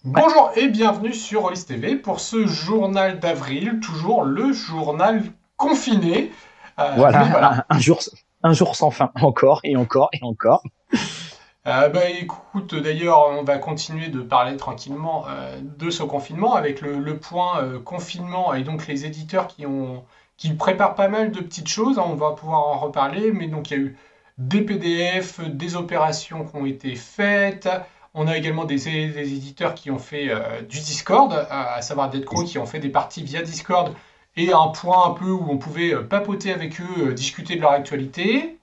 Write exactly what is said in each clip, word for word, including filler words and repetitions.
Bonjour et bienvenue sur Rollis T V pour ce journal d'avril, toujours le journal confiné. Euh, mais Voilà, voilà. un, un jour, un jour sans fin, encore et encore et encore. Euh, bah écoute, d'ailleurs, on va continuer de parler tranquillement euh, de ce confinement avec le, le point euh, confinement et donc les éditeurs qui ont qui préparent pas mal de petites choses, hein, on va pouvoir en reparler, mais donc il y a eu des P D F, des opérations qui ont été faites. On a également des, des éditeurs qui ont fait euh, du Discord, à, à savoir Deadcrow, qui ont fait des parties via Discord et un point un peu où on pouvait euh, papoter avec eux, euh, discuter de leur actualité.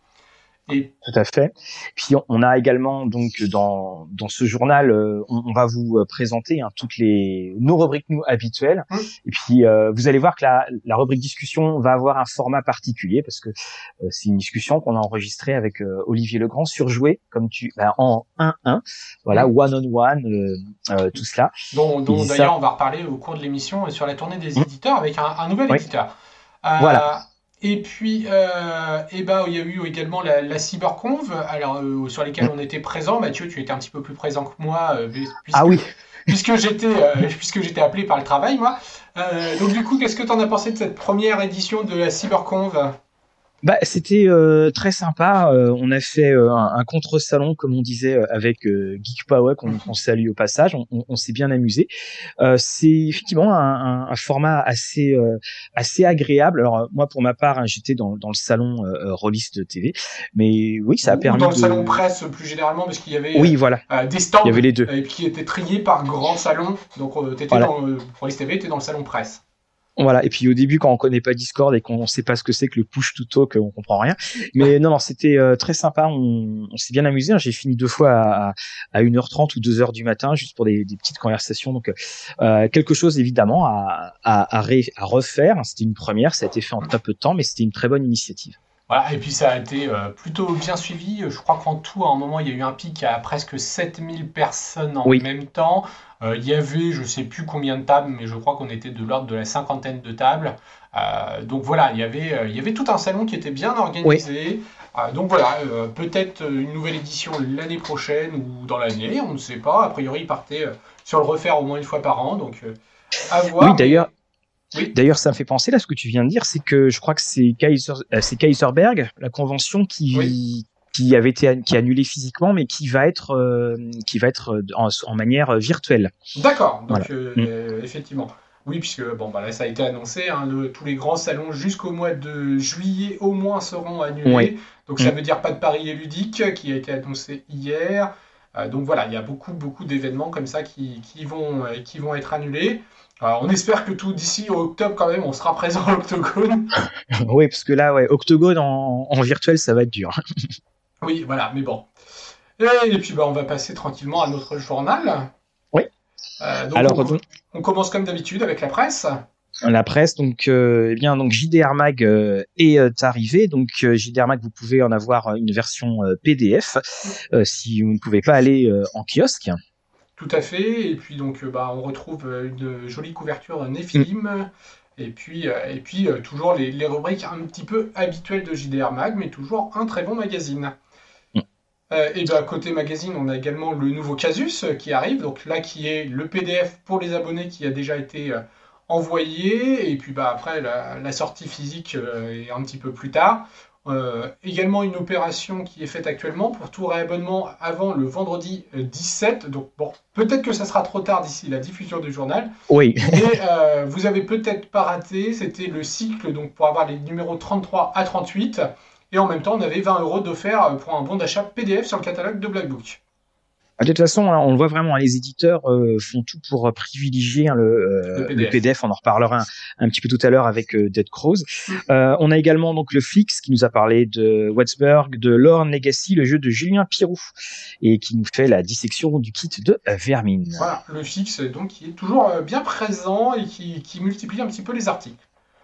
Et Tout à fait. Puis on, on a également donc dans dans ce journal, euh, on, on va vous euh, présenter hein, toutes les nos rubriques nous habituelles. hum, Et puis euh, vous allez voir que la, la rubrique discussion va avoir un format particulier parce que euh, c'est une discussion qu'on a enregistrée avec euh, Olivier Legrand sur Jouer comme tu bah, en un un, voilà hum, one on one, euh, euh, tout cela. dont, Et dont ça, d'ailleurs on va reparler au cours de l'émission euh, sur la tournée des hum, éditeurs avec un, un nouvel oui, éditeur. voilà. Euh, et puis, euh, eh ben, il y a eu également la, la CyberConf, alors, euh, sur lesquelles Hum. on était présent. Mathieu, tu étais un petit peu plus présent que moi, euh, Ah puisque, oui. puisque j'étais euh, puisque j'étais appelé par le travail, moi. Euh, donc du coup, qu'est-ce que tu en as pensé de cette première édition de la CyberConf? Bah, c'était euh, très sympa. Euh, on a fait euh, un, un contre-salon, comme on disait, euh, avec euh, Geek Power, qu'on qu'on salue au passage. On, on, on s'est bien amusé. Euh, c'est effectivement un, un, un format assez euh, assez agréable. Alors euh, moi, pour ma part, hein, j'étais dans, dans le salon euh, Rollist T V, mais oui, ça a Ou, ou dans permis le salon de. presse plus généralement, parce qu'il y avait Oui, voilà, euh, des il y stands avait les deux. euh, qui étaient triés par grand salon. Donc euh, t'étais Voilà. dans, euh, pour les T V, t'étais dans le salon presse. Voilà. Et puis au début, quand on connaît pas Discord et qu'on sait pas ce que c'est que le push to talk, on comprend rien. Mais non, non, c'était euh, très sympa. On, on s'est bien amusé. Hein. J'ai fini deux fois à, à une heure trente ou deux heures du matin, juste pour des, des petites conversations. Donc euh, quelque chose évidemment à, à, à, ré, à refaire. C'était une première. Ça a été fait en très peu de temps, mais c'était une très bonne initiative. Voilà, et puis ça a été euh, plutôt bien suivi. Je crois qu'en tout, à un moment, il y a eu un pic à presque sept mille personnes en Oui. même temps. Euh, il y avait, je sais plus combien de tables, mais je crois qu'on était de l'ordre de la cinquantaine de tables. Euh, donc voilà, il y avait, euh, il y avait tout un salon qui était bien Oui. organisé. Euh, donc voilà, euh, peut-être une nouvelle édition l'année prochaine ou dans l'année, on ne sait pas. A priori, ils partaient euh, sur le refaire au moins une fois par an, donc euh, à Oui. voir. D'ailleurs. Mais oui, D'ailleurs, ça me fait penser là, ce que tu viens de dire, c'est que je crois que c'est Kaiser, euh, c'est Kaiserberg, la convention oui, qui qui avait été qui est annulée physiquement, mais qui va être euh, qui va être euh, en, en manière virtuelle. d'accord. Voilà. Donc Mm. euh, effectivement. Oui, puisque bon, bah là, ça a été annoncé, hein, le- tous les grands salons jusqu'au mois de juillet au moins seront Ouais. annulés. Donc ça Mm. veut dire pas de Paris et Ludique qui a été annoncé hier. Euh, donc voilà, il y a beaucoup, beaucoup d'événements comme ça qui, qui vont, euh, qui vont être annulés. Alors, on espère que tout d'ici au octobre quand même, on sera présent à l'Octogone. Oui, parce que là, ouais, Octogone en, en virtuel, ça va être dur. Oui, voilà, mais bon. Et, et puis bah, on va passer tranquillement à notre journal. Oui. Euh, donc Alors on, donc on commence comme d'habitude avec la presse. la presse, donc euh, eh bien donc J D R Mag euh, est euh, arrivé. Donc euh, J D R Mag, vous pouvez en avoir une version euh, P D F euh, si vous ne pouvez pas aller euh, en kiosque. Tout à fait. Et puis donc euh, bah, on retrouve euh, une jolie couverture Mm. Nephilim. Et puis, euh, et puis euh, toujours les, les rubriques un petit peu habituelles de J D R Mag, mais toujours un très bon magazine. Mm. Euh, et ben côté magazine, on a également le nouveau Casus euh, qui arrive, donc là qui est le P D F pour les abonnés qui a déjà été euh, envoyé, et puis bah, après la, la sortie physique euh, est un petit peu plus tard. Euh, également une opération qui est faite actuellement pour tout réabonnement avant le vendredi euh, dix-sept, donc bon, peut-être que ça sera trop tard d'ici la diffusion du journal, Oui. mais euh, vous avez peut-être pas raté, c'était le cycle donc pour avoir les numéros trente-trois à trente-huit. Et en même temps, on avait vingt euros d'offert pour un bon d'achat P D F sur le catalogue de Black Book. De toute façon, hein, on le voit vraiment, hein, les éditeurs euh, font tout pour euh, privilégier hein, le, Le euh, le P D F. P D F. On en reparlera un, un petit peu tout à l'heure avec euh, Dead Crows. Euh, on a également donc le Flix qui nous a parlé de Watsburg, de Lorne Legacy, le jeu de Julien Pirou, et qui nous fait la dissection du kit de euh, Vermine. Voilà, le fixe donc qui est toujours bien présent et qui, qui multiplie un petit peu les articles.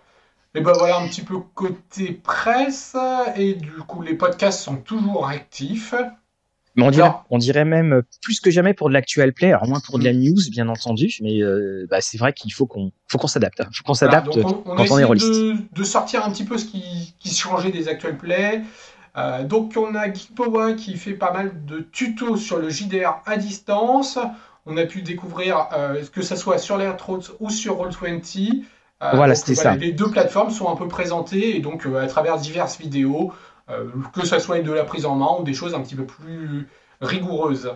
Et ben voilà un petit peu côté presse, et du coup les podcasts sont toujours actifs. Mais on dirait, Alors, on dirait même plus que jamais pour de l'actual play, alors moins pour de la mm, news, bien entendu, mais euh, bah, c'est vrai qu'il faut qu'on, faut qu'on s'adapte. Hein. Faut qu'on voilà, s'adapte donc on, on a quand on est essayé rôliste. de, de sortir un petit peu ce qui, qui changeait des actual plays. Euh, donc on a Geekpowa qui fait pas mal de tutos sur le J D R à distance. on a pu découvrir euh, que ça soit sur Lertroads ou sur Roll vingt. Euh, Voilà, donc, c'était voilà, ça. les deux plateformes sont un peu présentées et donc euh, à travers diverses vidéos, euh, que ça soit de la prise en main ou des choses un petit peu plus rigoureuses.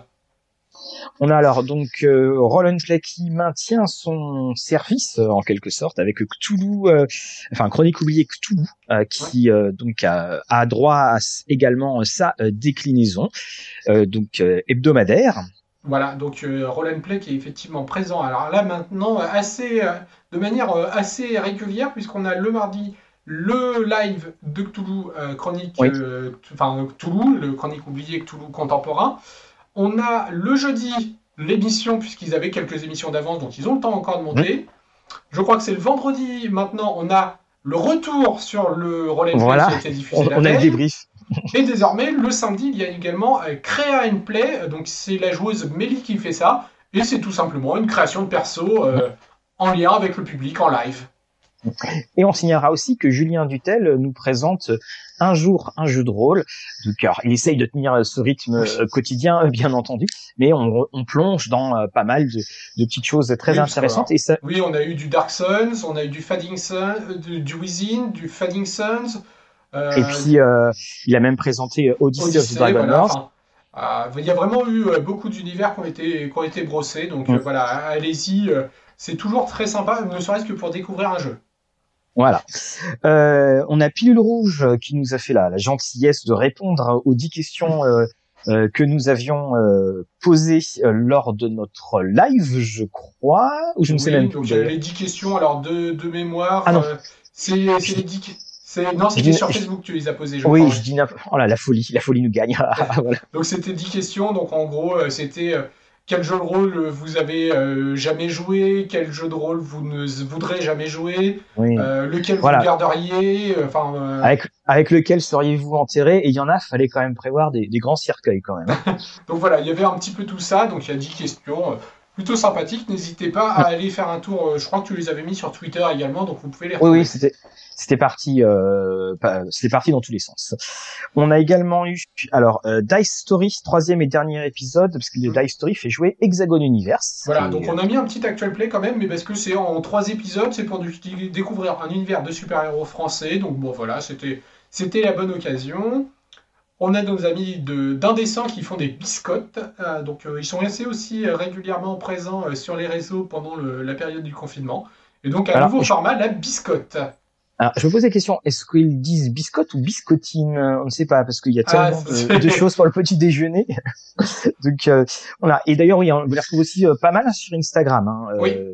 On a alors donc euh, Roll and Play qui maintient son service euh, en quelque sorte avec Cthulhu, euh, enfin Chronique oubliée Cthulhu, euh, qui euh, donc a, a droit à également sa euh, déclinaison euh, donc euh, hebdomadaire. Voilà, donc euh, Roll and Play qui est effectivement présent. Alors là maintenant, assez, euh, de manière euh, assez régulière, puisqu'on a le mardi le live de Cthulhu euh, Chronique, Oui. euh, enfin Cthulhu, le Chronique oubliée Cthulhu contemporain. On a le jeudi l'émission, puisqu'ils avaient quelques émissions d'avance, donc ils ont le temps encore de monter. Mmh. Je crois que c'est le vendredi maintenant, on a le retour sur le Roll and Play voilà. qui a été diffusé. On, on a le débrief. Et désormais, le samedi, il y a également euh, Créa and Play, donc c'est la joueuse Mélie qui fait ça, et c'est tout simplement une création de perso euh, en lien avec le public en live. Et on signalera aussi que Julien Dutel nous présente un jour un jeu de rôle. Donc, alors, il essaye de tenir ce rythme oui. quotidien, bien entendu, mais on, on plonge dans euh, pas mal de, de petites choses très oui, intéressantes. Et ça... Oui, on a eu du Dark Suns, on a eu du Fading Suns, du, du Within, du Fading Suns. Euh, et puis, euh, il a même présenté Odyssey, Odyssey of the Dragon voilà, Lord. Enfin, euh, il y a vraiment eu euh, beaucoup d'univers qui ont été, qui ont été brossés. Donc mm. euh, voilà, allez-y. Euh, c'est toujours très sympa, ne serait-ce que pour découvrir un jeu. Voilà. Euh, on a Pilule Rouge qui nous a fait la, la gentillesse de répondre aux dix questions euh, euh, que nous avions euh, posées euh, lors de notre live, je crois, ou je ne oui, sais même donc plus. Les dix questions, alors de, de mémoire, ah non. Euh, c'est, c'est les dix. C'est, non, c'était dis, sur Facebook que tu les as posées, je oui, crois. Oui, je dis oh là, la folie, la folie nous gagne. Voilà. Donc c'était dix questions, donc en gros, c'était euh, quel jeu de rôle vous avez euh, jamais joué, quel jeu de rôle vous ne voudrez jamais jouer, oui. euh, lequel voilà. vous garderiez, enfin. Euh... Avec, avec lequel seriez-vous enterré, et il y en a, fallait quand même prévoir des, des grands cercueils quand même. Donc voilà, il y avait un petit peu tout ça, donc il y a dix questions. Plutôt sympathiques, n'hésitez pas à aller faire un tour, je crois que tu les avais mis sur Twitter également, donc vous pouvez les retrouver. Oui, oui, c'était, c'était parti, euh, c'était parti dans tous les sens. On a également eu, alors, euh, Dice Story, troisième et dernier épisode, parce que le Dice Story fait jouer Hexagon Universe. Voilà, et, donc on a mis un petit actual play quand même, mais parce que c'est en trois épisodes, c'est pour du- découvrir un univers de super-héros français, donc bon voilà, c'était, c'était la bonne occasion. On a nos amis de, d'Indécent qui font des biscottes. Euh, donc, euh, ils sont restés aussi euh, régulièrement présents euh, sur les réseaux pendant le, la période du confinement. Et donc, un Alors, nouveau je... format, la biscotte. Alors, je me pose la question, est-ce qu'ils disent biscotte ou biscottine ? On ne sait pas, parce qu'il y a tellement ah, de, de choses pour le petit déjeuner. donc, euh, voilà. Et d'ailleurs, oui, on les retrouve aussi euh, pas mal sur Instagram. Hein, oui. Euh,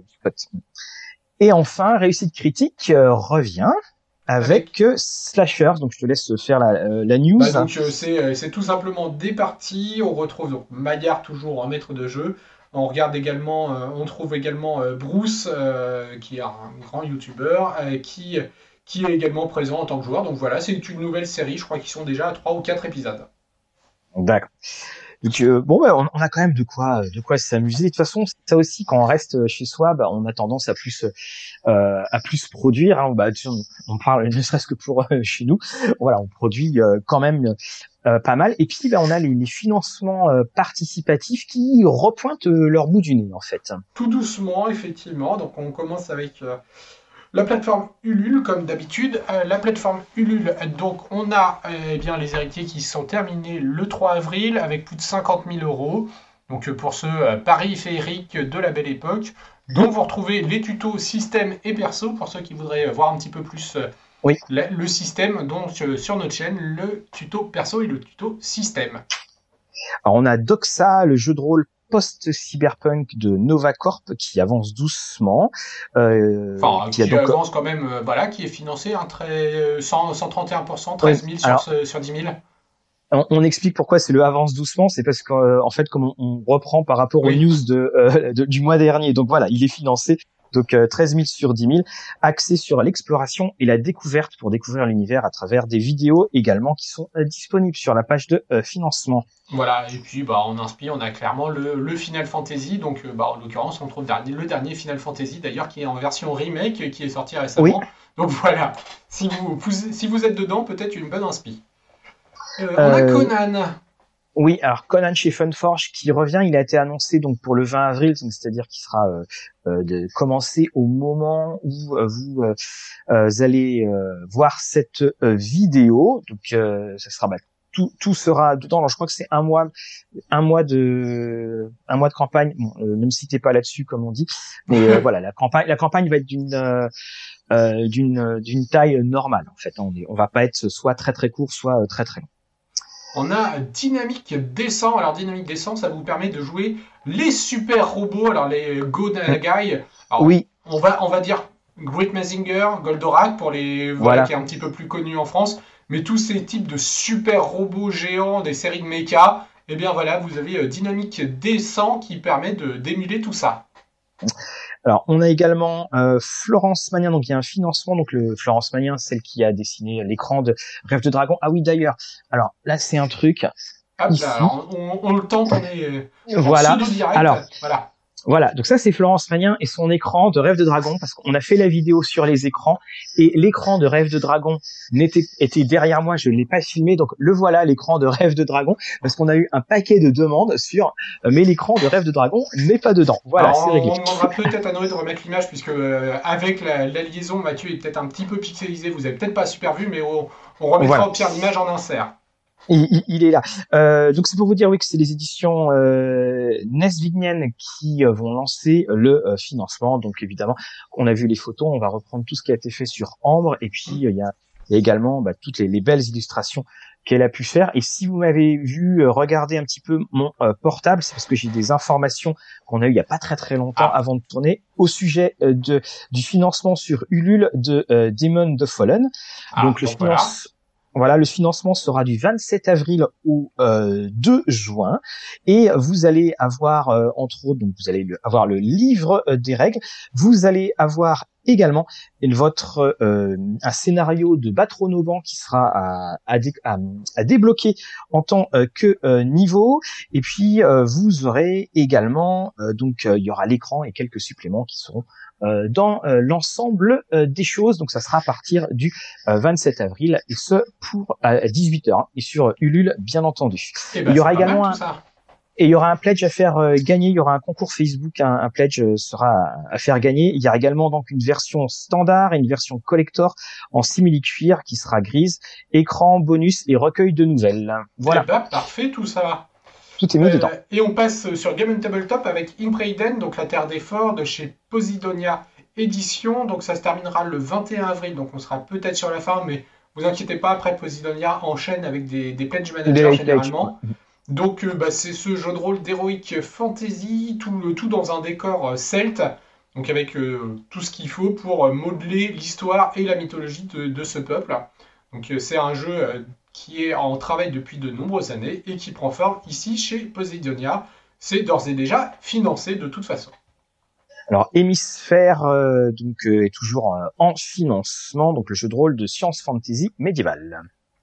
Et enfin, Réussite Critique euh, revient. Avec euh, Slashers, donc je te laisse faire la, euh, la news. Bah donc euh, c'est, euh, c'est tout simplement des parties. On retrouve donc Maillard toujours en maître de jeu. On regarde également, euh, on trouve également euh, Bruce, euh, qui est un grand youtubeur, euh, qui, qui est également présent en tant que joueur. Donc voilà, c'est une nouvelle série. Je crois qu'ils sont déjà à trois ou quatre épisodes. D'accord. Donc euh, bon, bah, on, on a quand même de quoi, de quoi s'amuser. De toute façon, ça aussi, quand on reste chez soi, bah, on a tendance à plus, euh, à plus produire. Hein. Bah, on, on parle ne serait-ce que pour euh, chez nous. Voilà, on produit euh, quand même euh, pas mal. Et puis, bah, on a les, les financements euh, participatifs qui repointent euh, leur bout du nez, en fait. Tout doucement, effectivement. Donc, on commence avec euh, la plateforme Ulule, comme d'habitude. Euh, la plateforme Ulule, donc on a euh, eh bien, les héritiers qui sont terminés le trois avril avec plus de cinquante mille euros. Donc euh, pour ce euh, pari féerique de la belle époque. Donc vous retrouvez les tutos système et perso pour ceux qui voudraient voir un petit peu plus euh, oui. la, le système. Donc euh, sur notre chaîne, le tuto perso et le tuto système. Alors on a Doxa, le jeu de rôle post-cyberpunk de Novacorp qui avance doucement. Euh, enfin, qui, qui donc... avance quand même, euh, voilà, qui est financé hein, très, cent, cent trente et un pour cent, treize mille oui. Alors, sur, ce, sur dix mille. On, on explique pourquoi c'est le avance doucement, c'est parce qu'en euh, fait, comme on, on reprend par rapport oui. aux news de, euh, de, du mois dernier, donc voilà, il est financé. Donc euh, treize mille sur dix mille, axé sur l'exploration et la découverte pour découvrir l'univers à travers des vidéos également qui sont euh, disponibles sur la page de euh, financement. Voilà, et puis bah, on inspire, on a clairement le, le Final Fantasy, donc euh, bah, en l'occurrence on trouve dernier, le dernier Final Fantasy d'ailleurs qui est en version remake, qui est sorti récemment. Oui. Donc voilà, si vous, vous, si vous êtes dedans, peut-être une bonne inspi. Euh, on a Conan. Oui, alors Conan chez Funforge qui revient, il a été annoncé donc pour le vingt avril, donc c'est-à-dire qu'il sera euh, euh, de commencer au moment où euh, vous euh, euh, allez euh, voir cette euh, vidéo. Donc euh, ça sera bah, tout tout sera dedans. Alors je crois que c'est un mois un mois de un mois de campagne. Bon, euh, ne me citez pas là-dessus comme on dit, mais euh, voilà, la campagne la campagne va être d'une euh, euh, d'une d'une taille normale en fait. On est, on va pas être soit très très court, soit euh, très très long. On a Dynamique Descent. Alors, Dynamique Descent, ça vous permet de jouer les super robots, alors les Go Nagai. Alors, oui. On va, on va dire Great Mazinger, Goldorak, pour les, voilà, voilà, qui est un petit peu plus connu en France. Mais tous ces types de super robots géants des séries de mecha, eh bien voilà, vous avez Dynamique Descent qui permet de, d'émuler tout ça. Alors, on a également euh, Florence Magnien, donc il y a un financement, donc le Florence Magnien, celle qui a dessiné l'écran de Rêve de Dragon. Ah oui, d'ailleurs, alors là, c'est un truc. Ah, ici. Bah, alors, on, on le tente, on est voilà. En pseudo-direct. Alors, voilà. Voilà, donc ça c'est Florence Magnien et son écran de Rêve de Dragon, parce qu'on a fait la vidéo sur les écrans et l'écran de Rêve de Dragon n'était était derrière moi, je ne l'ai pas filmé, donc le voilà l'écran de Rêve de Dragon, parce qu'on a eu un paquet de demandes sur euh, mais l'écran de Rêve de Dragon n'est pas dedans. Voilà, alors, c'est réglé. On demandera peut-être à Noé de remettre l'image, puisque euh, avec la, la liaison, Mathieu est peut-être un petit peu pixelisé, vous avez peut-être pas super vu, mais on, on remettra voilà. Au pire l'image en insert. Il, il, il est là. Euh, donc c'est pour vous dire oui que c'est les éditions euh, Nesvignen qui euh, vont lancer le euh, financement. Donc évidemment, on a vu les photos, on va reprendre tout ce qui a été fait sur Ambre et puis il euh, y, a, y a également bah, toutes les, les belles illustrations qu'elle a pu faire. Et si vous m'avez vu euh, regarder un petit peu mon euh, portable, c'est parce que j'ai des informations qu'on a eu il y a pas très très longtemps ah. avant de tourner au sujet euh, de du financement sur Ulule de euh, Demon the Fallen. Ah, donc le donc finance voilà. Voilà, le financement sera du vingt-sept avril au euh, deux juin et vous allez avoir euh, entre autres, donc vous allez le, avoir le livre euh, des règles, vous allez avoir également votre euh, un scénario de Batronoban qui sera à, à, dé, à, à débloquer en tant euh, que euh, niveau et puis euh, vous aurez également euh, donc il euh, y aura l'écran et quelques suppléments qui seront Euh, dans euh, l'ensemble euh, des choses. Donc ça sera à partir du euh, vingt-sept avril et ce pour à dix-huit heures hein, et sur Ulule bien entendu. Et ben, il y aura également mal, un ça. Et il y aura un pledge à faire euh, gagner, il y aura un concours Facebook, un, un pledge euh, sera à, à faire gagner. Il y aura également donc une version standard et une version collector en simili-cuir qui sera grise, écran, bonus et recueil de nouvelles. Voilà. Et ben, parfait tout ça. Tout est mis euh, dedans. Et on passe sur Game and Tabletop avec Impreiden, donc la Terre des Forts de chez Posidonia Édition. Donc ça se terminera le vingt et un avril, donc on sera peut-être sur la fin, mais vous inquiétez pas, après Posidonia enchaîne avec des, des pledge managers des généralement. Pledge. Donc euh, bah, c'est ce jeu de rôle d'Heroic Fantasy, tout, le, tout dans un décor euh, celte, donc avec euh, tout ce qu'il faut pour euh, modeler l'histoire et la mythologie de, de ce peuple. Donc euh, c'est un jeu euh, qui est en travail depuis de nombreuses années et qui prend forme ici chez Posidonia. C'est d'ores et déjà financé de toute façon. Alors Hémisphère euh, donc euh, est toujours euh, en financement, donc le jeu de rôle de science fantasy médiévale.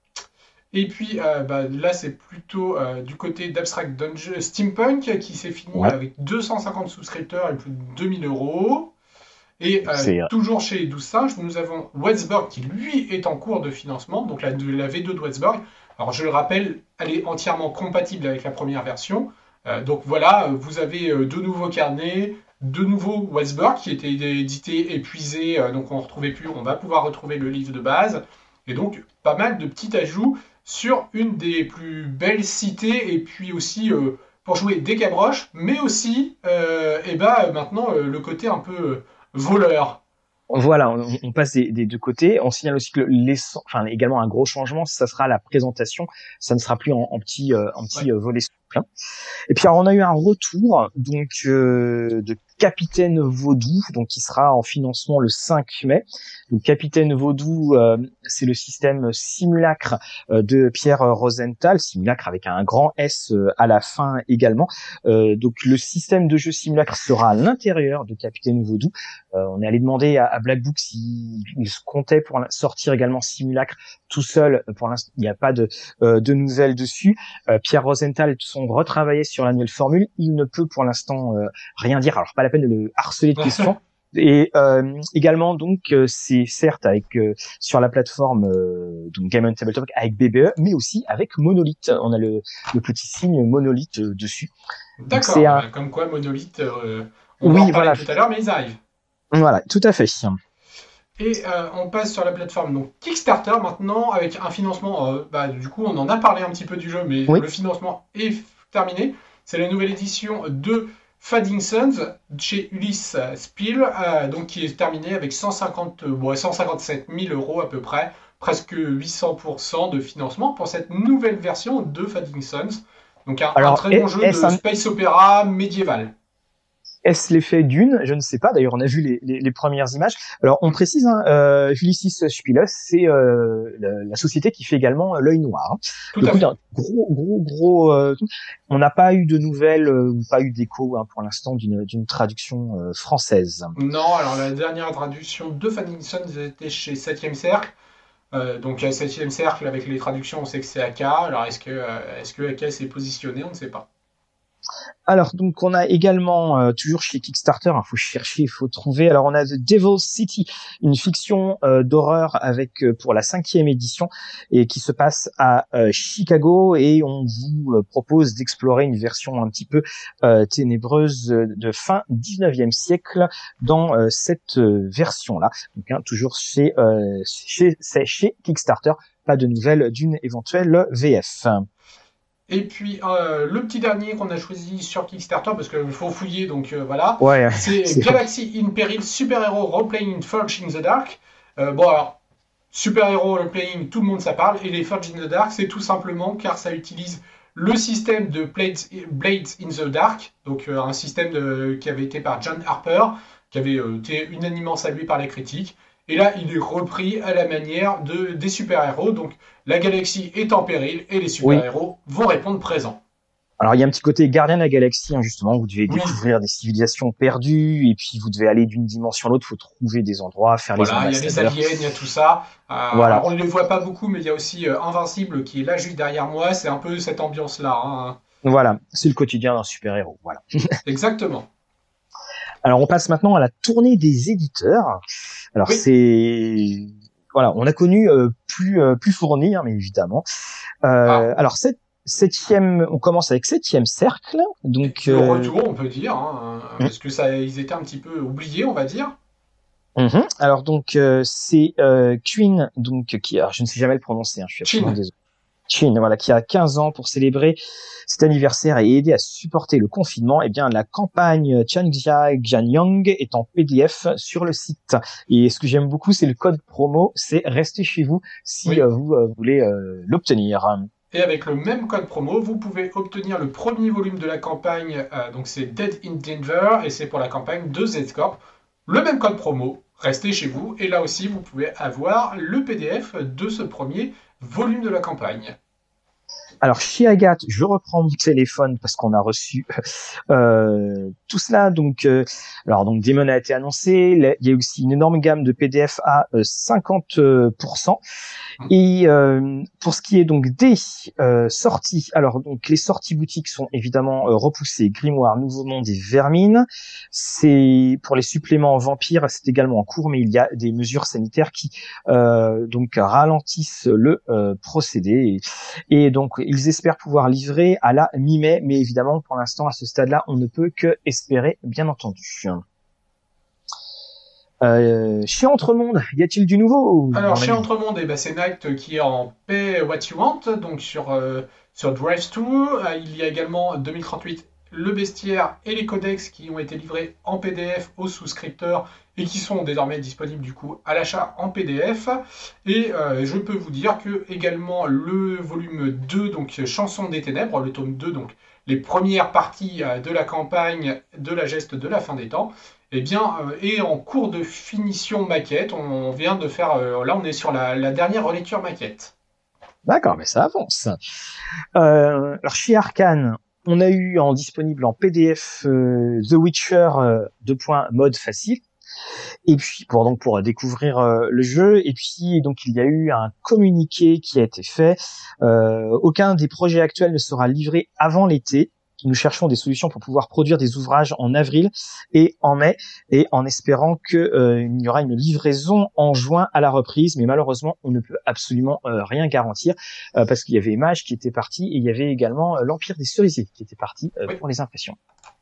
Et puis euh, bah, là c'est plutôt euh, du côté d'Abstract Dungeon Steampunk qui s'est fini ouais. avec deux cent cinquante souscripteurs et plus de deux mille euros. Et euh, toujours chez douze Singes, nous avons Westburg qui lui est en cours de financement, donc la, de, la V deux de Westburg. Alors je le rappelle, elle est entièrement compatible avec la première version. Euh, donc voilà, vous avez euh, deux nouveaux carnets, deux nouveaux Westburg qui étaient édités, épuisés, euh, donc on ne retrouvait plus, on va pouvoir retrouver le livre de base. Et donc pas mal de petits ajouts sur une des plus belles cités, et puis aussi euh, pour jouer des cabroches, mais aussi euh, et bah, maintenant euh, le côté un peu... Euh, voleur. Voilà, on, on passe des, des deux côtés. On signale aussi que le, enfin également un gros changement, ça sera la présentation. Ça ne sera plus en, en petit, euh, en petit ouais. euh, volet souple. Hein. Et puis alors, on a eu un retour donc euh, de Capitaine Vaudou, donc qui sera en financement le cinq mai. Donc Capitaine Vaudou, euh, c'est le système Simulacre euh, de Pierre Rosenthal, Simulacre avec un grand S euh, à la fin également. Euh, donc le système de jeu Simulacre sera à l'intérieur de Capitaine Vaudou. Euh, on est allé demander à, à Black Book s'il comptait pour sortir également Simulacre tout seul. Pour l'instant, il n'y a pas de, euh, de nouvelles dessus. Euh, Pierre Rosenthal sont retravaillés sur la nouvelle formule. Il ne peut pour l'instant euh, rien dire. Alors pas la peine de le harceler de questions. Et euh, également donc euh, c'est certes avec euh, sur la plateforme euh, donc Game on Tabletop avec B B E, mais aussi avec Monolith. On a le, le petit signe Monolith euh, dessus. D'accord. C'est un... Comme quoi Monolith, euh, on oui, va en parler voilà. tout à l'heure, mais ils arrivent. Voilà, tout à fait. Et euh, on passe sur la plateforme donc Kickstarter maintenant avec un financement. Euh, bah, du coup, on en a parlé un petit peu du jeu, mais oui. Le financement est terminé. C'est la nouvelle édition de Fading Suns chez Ulysse Spiel, euh, donc qui est terminée avec cent cinquante, bon, cent cinquante-sept mille euros à peu près, presque huit cents pour cent de financement pour cette nouvelle version de Fading Suns. Donc un, Alors, un très bon jeu de un... space opéra médiéval. Est-ce l'effet Dune? Je ne sais pas. D'ailleurs, on a vu les, les, les premières images. Alors, on précise, hein, euh, Ulysse Spiel, c'est euh, la, la société qui fait également euh, l'œil noir. Hein. Tout à fait. Gros, gros, gros. Euh, on n'a pas eu de nouvelles, euh, pas eu d'écho hein, pour l'instant d'une, d'une traduction euh, française. Non. Alors, la dernière traduction de Fading Suns était chez Septième Cercle. Euh, donc, à Septième Cercle, avec les traductions, on sait que c'est A K. Alors, est-ce que, euh, est-ce que A K s'est positionné? On ne sait pas. Alors donc on a également euh, toujours chez Kickstarter, il hein, faut chercher, il faut trouver. Alors on a The Devil's City, une fiction euh, d'horreur avec euh, pour la cinquième édition et qui se passe à euh, Chicago et on vous euh, propose d'explorer une version un petit peu euh, ténébreuse de fin dix-neuvième siècle dans euh, cette euh, version-là. Donc hein, toujours chez euh, chez c'est chez Kickstarter, pas de nouvelles d'une éventuelle V F. Et puis euh, le petit dernier qu'on a choisi sur Kickstarter parce qu'il faut fouiller donc euh, voilà, ouais, c'est, c'est Galaxy in Peril Super Hero Role Playing Forge in the Dark. Euh, bon alors Super Hero Role Playing, tout le monde ça parle, et les Forge in the Dark c'est tout simplement car ça utilise le système de Blades, Blades in the Dark, donc euh, un système de, qui avait été par John Harper, qui avait euh, été unanimement salué par les critiques. Et là, il est repris à la manière de, des super-héros. Donc, la galaxie est en péril et les super-héros oui. vont répondre présent. Alors, il y a un petit côté gardien de la galaxie, hein, justement. Vous devez oui. découvrir des civilisations perdues et puis vous devez aller d'une dimension à l'autre. Il faut trouver des endroits, faire voilà, les ambassadeurs. Voilà, il y a les aliens, il y a tout ça. Euh, voilà. Alors, on ne les voit pas beaucoup, mais il y a aussi euh, Invincible qui est là juste derrière moi. C'est un peu cette ambiance-là. Hein. Voilà, c'est le quotidien d'un super-héros. Voilà. Exactement. Alors, on passe maintenant à la tournée des éditeurs. Alors, oui. c'est... Voilà, on a connu euh, plus euh, plus fourni, hein, mais évidemment. Euh, ah. Alors, cette, septième, on commence avec Septième Cercle. Donc, le euh... retour, on peut dire, hein, mmh. parce que ça, ils étaient un petit peu oubliés, on va dire. Mmh. Alors, donc, euh, c'est euh, Queen, donc, qui... Alors, je ne sais jamais le prononcer, hein, je suis absolument désolé. Chin, voilà, qui a quinze ans pour célébrer cet anniversaire et aider à supporter le confinement. Eh bien, la campagne Changjia Jianyang est en P D F sur le site. Et ce que j'aime beaucoup, c'est le code promo, c'est restez chez vous si oui. euh, vous euh, voulez euh, l'obtenir. Et avec le même code promo, vous pouvez obtenir le premier volume de la campagne, euh, donc c'est Dead in Denver, et c'est pour la campagne de Z-Corp. Le même code promo, restez chez vous, et là aussi, vous pouvez avoir le P D F de ce premier volume de la campagne. Alors chez Agathe, je reprends mon téléphone parce qu'on a reçu euh, tout cela. Donc, euh, alors donc Demon a été annoncé. Il y a aussi une énorme gamme de P D F à euh, cinquante pour cent. Et euh, pour ce qui est donc des euh, sorties, alors donc les sorties boutiques sont évidemment euh, repoussées. Grimoire, Nouveau Monde et Vermine. C'est pour les suppléments vampires, c'est également en cours, mais il y a des mesures sanitaires qui euh, donc ralentissent le euh, procédé. Et, et donc ils espèrent pouvoir livrer à la mi-mai, mais évidemment pour l'instant à ce stade-là, on ne peut que espérer, bien entendu. Euh, chez Entremonde, y a-t-il du nouveau? Alors chez Entremonde, eh ben, c'est Night qui est en Pay What You Want, donc sur euh, sur Drive-Thru. Euh, il y a également deux mille trente-huit le bestiaire et les codex qui ont été livrés en P D F aux souscripteurs et qui sont désormais disponibles du coup à l'achat en P D F. Et euh, je peux vous dire que également le volume deux, donc Chanson des Ténèbres, le tome deux, donc les premières parties de la campagne de la geste de la fin des temps, eh bien, euh, est en cours de finition maquette. On vient de faire, euh, là on est sur la, la dernière relecture maquette. D'accord, mais ça avance. Euh, alors chez Arcane, on a eu en disponible en P D F euh, The Witcher euh, deux points mode facile. Et puis pour donc pour découvrir euh, le jeu, et puis donc il y a eu un communiqué qui a été fait. Euh, aucun des projets actuels ne sera livré avant l'été. Nous cherchons des solutions pour pouvoir produire des ouvrages en avril et en mai, et en espérant que euh, il y aura une livraison en juin à la reprise. Mais malheureusement, on ne peut absolument euh, rien garantir euh, parce qu'il y avait Image qui était parti et il y avait également euh, l'Empire des Cerisiers qui était parti euh, oui. pour les impressions.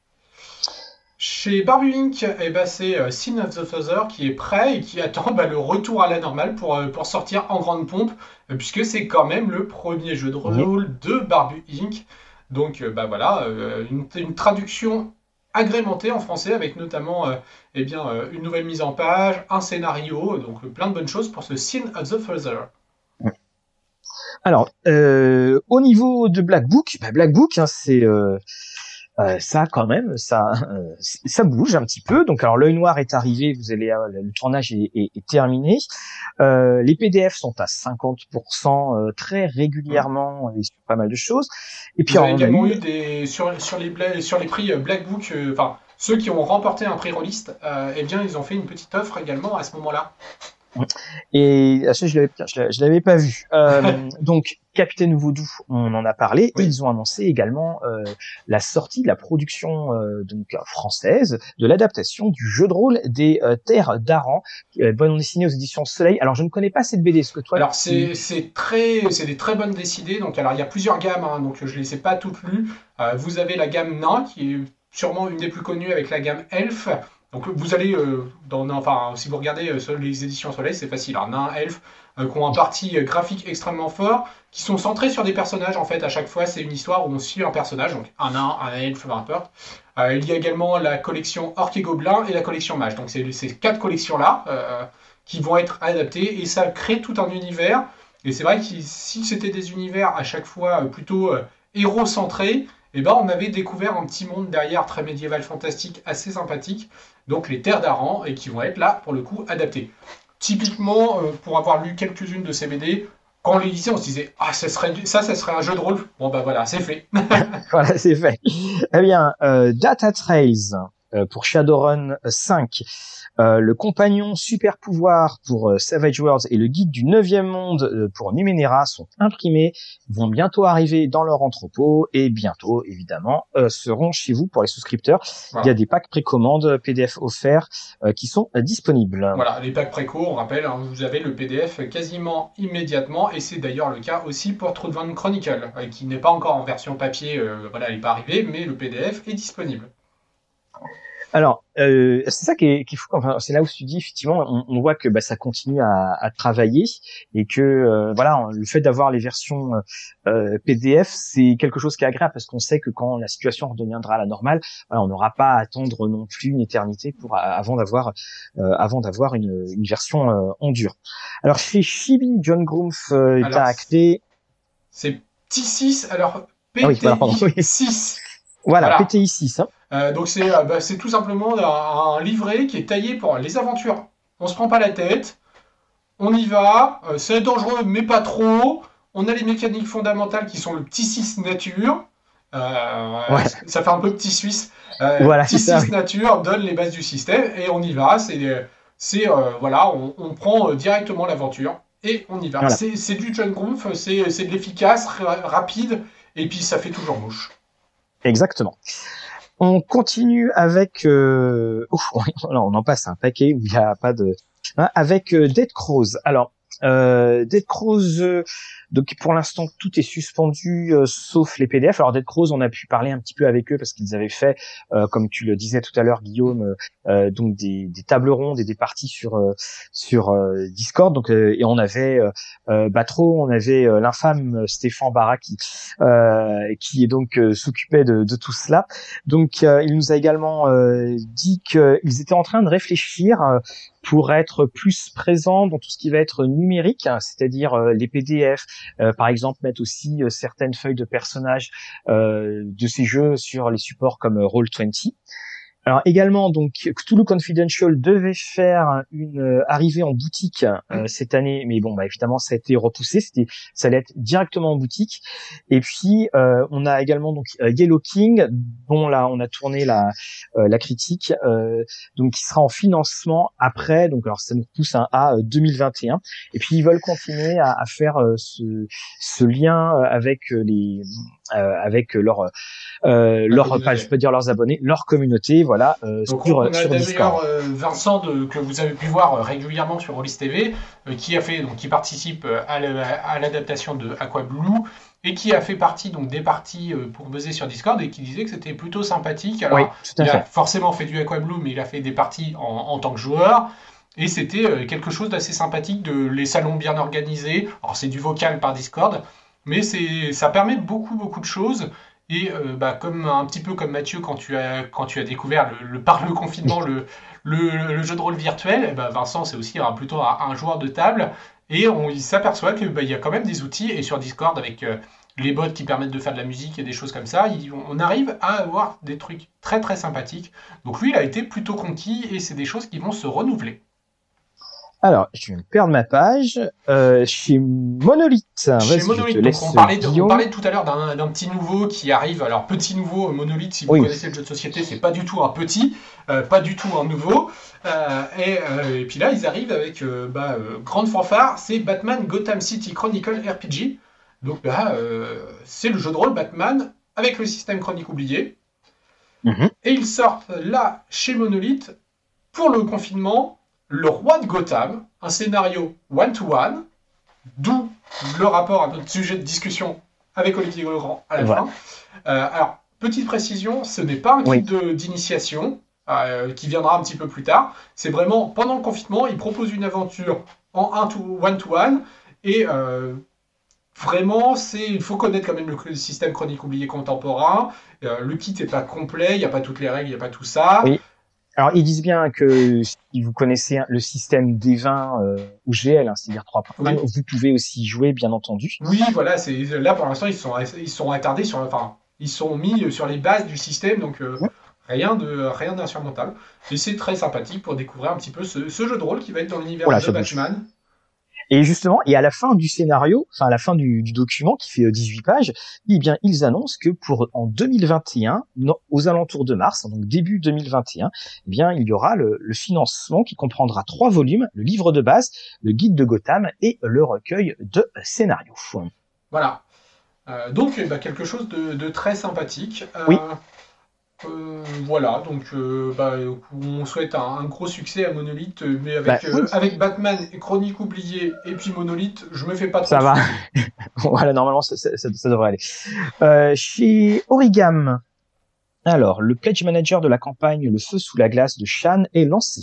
Chez Barbu Inc, eh ben, c'est euh, Sin of the Father qui est prêt et qui attend bah, le retour à la normale pour, euh, pour sortir en grande pompe, euh, puisque c'est quand même le premier jeu de rôle mmh. de Barbu Inc. Donc, euh, bah voilà, euh, une, une traduction agrémentée en français avec notamment euh, eh bien, euh, une nouvelle mise en page, un scénario, donc euh, plein de bonnes choses pour ce Sin of the Father. Alors, euh, au niveau de Black Book, bah Black Book, hein, c'est euh, euh, ça quand même, ça, euh, ça bouge un petit peu. Donc, alors l'œil noir est arrivé, vous allez, euh, le tournage est, est, est terminé. Euh, les P D F sont à cinquante pour cent euh, très régulièrement et sur pas mal de choses. Et puis, vous avez on également a eu eu des sur sur les sur les prix Black Book, enfin euh, ceux qui ont remporté un prix rôliste, euh, eh bien ils ont fait une petite offre également à ce moment-là. Et ça, je l'avais, je l'avais pas vu. Euh, donc, Capitaine Vaudou, on en a parlé. Oui. Et ils ont annoncé également euh, la sortie, la production euh, donc française de l'adaptation du jeu de rôle des euh, Terres d'Aran, euh, bande dessinée aux éditions Soleil. Alors, je ne connais pas cette B D. Est-ce que toi Alors, c'est c'est très, c'est des très bonnes décidées. Donc, alors il y a plusieurs gammes, hein, donc je les ai pas toutes lues. Euh, vous avez la gamme Nain, qui est sûrement une des plus connues, avec la gamme Elf. Donc vous allez, euh, dans, enfin, si vous regardez euh, sur les éditions Soleil, c'est facile. Un nain, elfe, euh, qui ont un parti euh, graphique extrêmement fort, qui sont centrés sur des personnages. En fait, à chaque fois, c'est une histoire où on suit un personnage, donc un nain, un elfe, peu importe. Euh, il y a également la collection Orc et Gobelin et la collection Mage. Donc c'est ces quatre collections-là euh, qui vont être adaptées et ça crée tout un univers. Et c'est vrai que si c'était des univers à chaque fois plutôt euh, héros-centrés, eh ben, on avait découvert un petit monde derrière très médiéval fantastique assez sympathique, donc les Terres d'Aran, et qui vont être là pour le coup adaptées. Typiquement, euh, pour avoir lu quelques-unes de ces B D, quand on les lisait, on se disait ah ça serait ça, ça serait un jeu de rôle. Bon bah voilà, c'est fait. Voilà, c'est fait. Eh bien, euh, Data Trails euh, pour Shadowrun cinq. Euh, le compagnon super pouvoir pour euh, Savage Worlds et le guide du neuvième monde euh, pour Numenera sont imprimés, vont bientôt arriver dans leur entrepôt et bientôt, évidemment, euh, seront chez vous pour les souscripteurs. Voilà. Il y a des packs précommande P D F offerts euh, qui sont euh, disponibles. Voilà, les packs préco, on rappelle, hein, vous avez le P D F quasiment immédiatement et c'est d'ailleurs le cas aussi pour Trudvang Chronicle, euh, qui n'est pas encore en version papier, euh, voilà, elle n'est pas arrivée, mais le P D F est disponible. Alors, euh, c'est ça qui est, qui est fou. Enfin, c'est là où tu dis effectivement, on, on voit que bah, ça continue à, à travailler et que euh, voilà, le fait d'avoir les versions euh, P D F, c'est quelque chose qui est agréable parce qu'on sait que quand la situation redeviendra à la normale, voilà, on n'aura pas à attendre non plus une éternité pour avant d'avoir euh, avant d'avoir une, une version euh, en dur. Alors chez Chibi, John Grumpf euh, a acté. C'est T six. Alors P T I six. Ah oui, voilà, six. Voilà, voilà. P T I six. Hein. Euh, donc c'est euh, bah, c'est tout simplement un, un livret qui est taillé pour les aventures. On se prend pas la tête, on y va, euh, c'est dangereux mais pas trop. On a les mécaniques fondamentales qui sont le petit six nature. Euh, ouais. Ça fait un peu petit suisse. Euh, voilà, petit ça, six oui. nature donne les bases du système et on y va. C'est c'est euh, voilà, on, on prend euh, directement l'aventure et on y va. Voilà. C'est c'est du John Grumpf, c'est c'est de l'efficace, rapide et puis ça fait toujours mouche. Exactement. On continue avec, euh... Ouf, on en passe un paquet où il n'y a pas de, hein, avec euh, Dead Crows. Alors, euh, Dead Crows, euh, donc pour l'instant tout est suspendu euh, sauf les P D F. Alors Dead Crows, on a pu parler un petit peu avec eux parce qu'ils avaient fait, euh, comme tu le disais tout à l'heure, Guillaume, euh, donc des, des tables rondes et des parties sur euh, sur euh, Discord. Donc euh, et on avait euh, Batro, on avait euh, l'infâme Stéphane Barra qui euh, qui est donc euh, s'occupait de, de tout cela. Donc euh, il nous a également euh, dit qu'ils étaient en train de réfléchir euh, pour être plus présent dans tout ce qui va être numérique, hein, c'est-à-dire euh, les P D F, euh, par exemple mettre aussi euh, certaines feuilles de personnages euh, de ces jeux sur les supports comme Roll vingt. Alors également, donc Cthulhu Confidential devait faire une euh, arrivée en boutique euh, cette année, mais bon, bah évidemment ça a été repoussé. C'était, ça allait être directement en boutique. Et puis euh, on a également donc euh, Yellow King, dont là on a tourné la euh, la critique, euh, donc qui sera en financement après. Donc alors ça nous pousse hein, à deux mille vingt et un. Et puis ils veulent continuer à, à faire euh, ce ce lien avec les euh, avec leur euh, leur pas je peux dire leurs abonnés, leur communauté, voilà. Euh, Donc sur, on a sur d'ailleurs euh, Vincent de, que vous avez pu voir euh, régulièrement sur Rollis T V, euh, qui a fait donc qui participe euh, à, le, à l'adaptation de Aqua Blue et qui a fait partie donc des parties euh, pour buzzer sur Discord et qui disait que c'était plutôt sympathique. Alors oui, tout à il fait. a forcément fait du Aqua Blue, mais il a fait des parties en, en tant que joueur. Et c'était euh, quelque chose d'assez sympathique, de les salons bien organisés. Alors c'est du vocal par Discord, mais c'est ça permet beaucoup beaucoup de choses. Et euh, bah, comme un petit peu comme Mathieu quand tu as quand tu as découvert le, le par le confinement le, le, le jeu de rôle virtuel, et bah, Vincent c'est aussi un, plutôt un, un joueur de table et on il s'aperçoit que bah, il y a quand même des outils et sur Discord avec euh, les bots qui permettent de faire de la musique et des choses comme ça, il, on arrive à avoir des trucs très très sympathiques. Donc lui il a été plutôt conquis et c'est des choses qui vont se renouveler. Alors, je vais me perdre ma page. Euh, chez Monolith. Chez Monolith, donc on parlait, de, on parlait tout à l'heure d'un, d'un petit nouveau qui arrive. Alors, petit nouveau, Monolith, si vous oui. connaissez le jeu de société, c'est pas du tout un petit, euh, pas du tout un nouveau. Euh, et, euh, et puis là, ils arrivent avec euh, bah, euh, grande fanfare, c'est Batman Gotham City Chronicle R P G. Donc là, euh, c'est le jeu de rôle Batman avec le système chronique oublié. Mm-hmm. Et ils sortent là, chez Monolith, pour le confinement, Le Roi de Gotham, un scénario one-to-one, d'où le rapport à notre sujet de discussion avec Olivier Legrand à la voilà. fin. Euh, alors, petite précision, ce n'est pas un kit oui. de, d'initiation euh, qui viendra un petit peu plus tard. C'est vraiment, pendant le confinement, il propose une aventure en one-to-one et euh, vraiment, c'est, il faut connaître quand même le, le système chronique oublié contemporain. Euh, le kit n'est pas complet, il n'y a pas toutes les règles, il n'y a pas tout ça. Oui. Alors, ils disent bien que si vous connaissez le système D vingt euh, ou G L, hein, c'est-à-dire trois points, oui. vous pouvez aussi y jouer, bien entendu. Oui, voilà, c'est, là, pour l'instant, ils sont, ils sont attardés sur, enfin, ils sont mis sur les bases du système, donc euh, oui. rien, de, rien d'insurmontable. Et c'est très sympathique pour découvrir un petit peu ce, ce jeu de rôle qui va être dans l'univers voilà, de Batman. Bouge. Et justement, et à la fin du scénario, enfin à la fin du, du document qui fait dix-huit pages, eh bien ils annoncent que pour en deux mille vingt et un, non, aux alentours de mars, donc début deux mille vingt et un, eh bien il y aura le, le financement qui comprendra trois volumes, le livre de base, le guide de Gotham et le recueil de scénarios. Voilà. Euh, donc bah, quelque chose de, de très sympathique. Euh, oui. Euh, voilà, donc euh, bah, on souhaite un, un gros succès à Monolith, mais avec, bah, oui. euh, avec Batman et Chronique oubliée et puis Monolith, je me fais pas trop. Ça va. Voilà, normalement ça, ça, ça, ça devrait aller. Euh, chez Origam, alors le pledge manager de la campagne Le Feu sous la glace de Shan est lancé.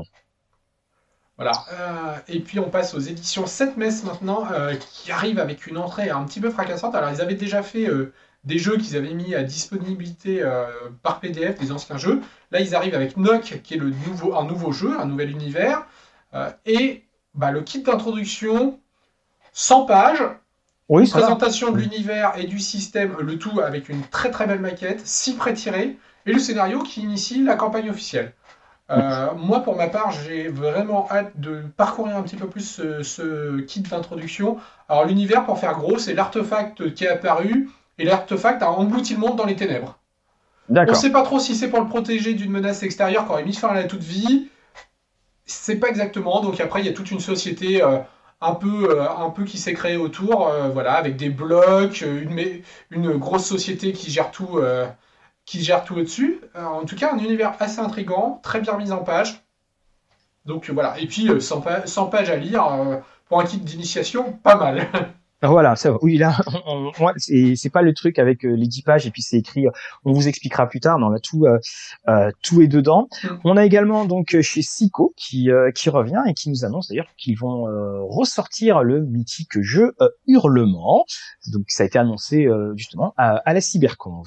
Voilà, euh, et puis on passe aux éditions sept Messes maintenant, euh, qui arrivent avec une entrée un petit peu fracassante. Alors ils avaient déjà fait euh, des jeux qu'ils avaient mis à disponibilité euh, par P D F, des anciens jeux. Là, ils arrivent avec Nock, qui est le nouveau, un nouveau jeu, un nouvel univers. Euh, et bah, le kit d'introduction, cent pages, oui, une présentation va. de l'univers et du système, le tout avec une très très belle maquette, six pré-tirés, et le scénario qui initie la campagne officielle. Euh, moi, pour ma part, j'ai vraiment hâte de parcourir un petit peu plus ce, ce kit d'introduction. Alors, l'univers, pour faire gros, c'est l'artefact qui est apparu, et l'artefact a englouti le monde dans les ténèbres. D'accord. On ne sait pas trop si c'est pour le protéger d'une menace extérieure qui aurait mis fin à la toute vie. C'est pas exactement. Donc après, il y a toute une société euh, un, peu, euh, un peu qui s'est créée autour, euh, voilà, avec des blocs, une, une grosse société qui gère tout, euh, qui gère tout au-dessus. Euh, en tout cas, un univers assez intriguant, très bien mis en page. Donc voilà. Et puis, euh, cent, pa- cent pages à lire euh, pour un kit d'initiation, pas mal. Voilà, ça va. Oui, là, on, on, c'est, c'est pas le truc avec euh, les dix pages et puis c'est écrit, euh, on vous expliquera plus tard. Non, là, tout, euh, euh, tout est dedans. Mm. On a également donc chez Sico qui, euh, qui revient et qui nous annonce d'ailleurs qu'ils vont euh, ressortir le mythique jeu euh, Hurlement. Donc, ça a été annoncé euh, justement à, à la Cyberconf.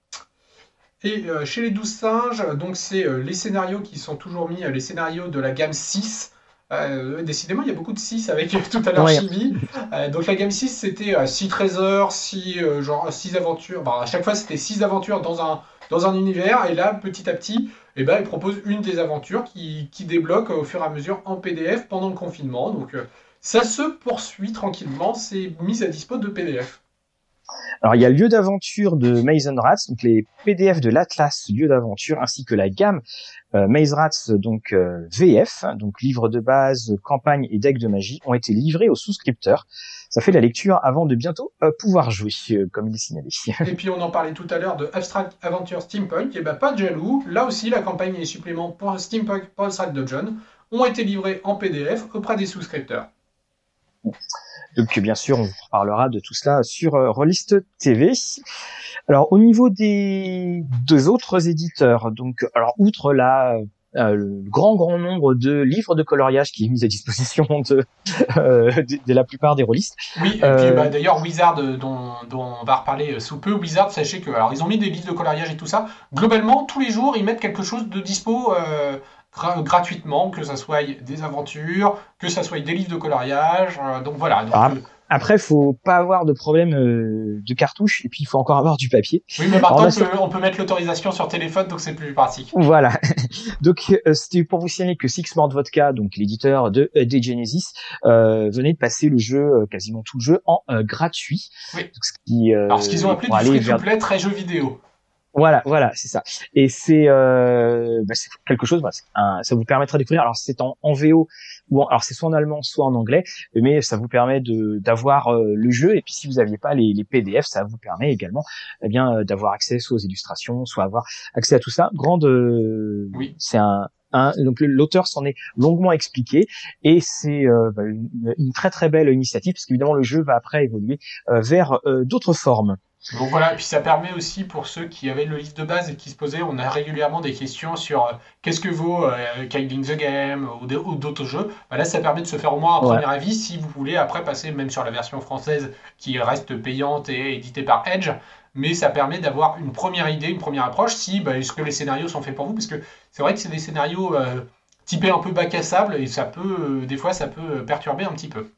Et euh, chez les douze singes, donc c'est euh, les scénarios qui sont toujours mis, euh, les scénarios de la gamme six. Euh, décidément, il y a beaucoup de six avec tout à l'heure ouais. Chibi. Euh, donc la gamme six, c'était euh, six trésors, six, euh, genre, six aventures. Enfin, à chaque fois, c'était six aventures dans un, dans un univers. Et là, petit à petit, et ben, il propose une des aventures qui, qui débloque au fur et à mesure en P D F pendant le confinement. Donc euh, ça se poursuit tranquillement, c'est mis à dispo de P D F. Alors il y a le lieu d'aventure de Maze and Rats, donc les P D F de l'Atlas lieu d'aventure, ainsi que la gamme euh, Maze Rats, donc euh, V F, donc livre de base, campagne et deck de magie, ont été livrés aux souscripteurs. Ça fait la lecture avant de bientôt euh, pouvoir jouer, euh, comme il est signalé. Et puis on en parlait tout à l'heure de Abstract Adventure Steampunk, et ben pas de jaloux, là aussi la campagne et les suppléments pour Steampunk pour Abstract Dungeon ont été livrés en P D F auprès des souscripteurs. Donc bien sûr, on vous parlera de tout cela sur euh, Rollist T V. Alors au niveau des deux autres éditeurs, donc alors outre la euh, le grand grand nombre de livres de coloriage qui est mis à disposition de, euh, de, de la plupart des rôlistes. Oui, et euh... puis bah, d'ailleurs Wizard, dont, dont on va reparler sous peu, Wizard, sachez que alors ils ont mis des livres de coloriage et tout ça. Globalement, tous les jours, ils mettent quelque chose de dispo. Euh... gratuitement, que ça soit des aventures, que ça soit des livres de coloriage, euh, donc voilà. Donc, ah, après, faut pas avoir de problème euh, de cartouche, et puis il faut encore avoir du papier. Oui, mais maintenant on, peut, on peut mettre l'autorisation sur téléphone, donc c'est plus pratique. Voilà. Donc euh, c'était pour vous signaler que Six Mort Vodka, donc l'éditeur de euh, des Genesis, euh, venait de passer le jeu, euh, quasiment tout le jeu, en euh, gratuit. Oui. Donc, ce qui, euh, Alors ce qu'ils ont appelé du free-to-play très jeu vidéo. Voilà, voilà, c'est ça. Et c'est, euh, bah, c'est quelque chose, bah, c'est un, ça vous permettra de découvrir. Alors c'est en, en V O ou en, alors c'est soit en allemand, soit en anglais, mais ça vous permet de d'avoir euh, le jeu. Et puis si vous n'aviez pas les, les P D F, ça vous permet également, eh bien, euh, d'avoir accès soit aux illustrations, soit avoir accès à tout ça. Grande, euh, oui. C'est un Un, donc l'auteur s'en est longuement expliqué et c'est euh, bah, une, une très très belle initiative parce qu'évidemment le jeu va après évoluer euh, vers euh, d'autres formes. Donc voilà, et puis ça permet aussi pour ceux qui avaient le livre de base et qui se posaient, on a régulièrement des questions sur euh, qu'est-ce que vaut euh, Kindling the Game ou, de, ou d'autres jeux. Bah là, ça permet de se faire au moins un ouais. premier avis si vous voulez après passer même sur la version française qui reste payante et éditée par Edge. Mais ça permet d'avoir une première idée, une première approche, si bah, est-ce que les scénarios sont faits pour vous, parce que c'est vrai que c'est des scénarios euh, typés un peu bac à sable et ça peut, euh, des fois, ça peut perturber un petit peu.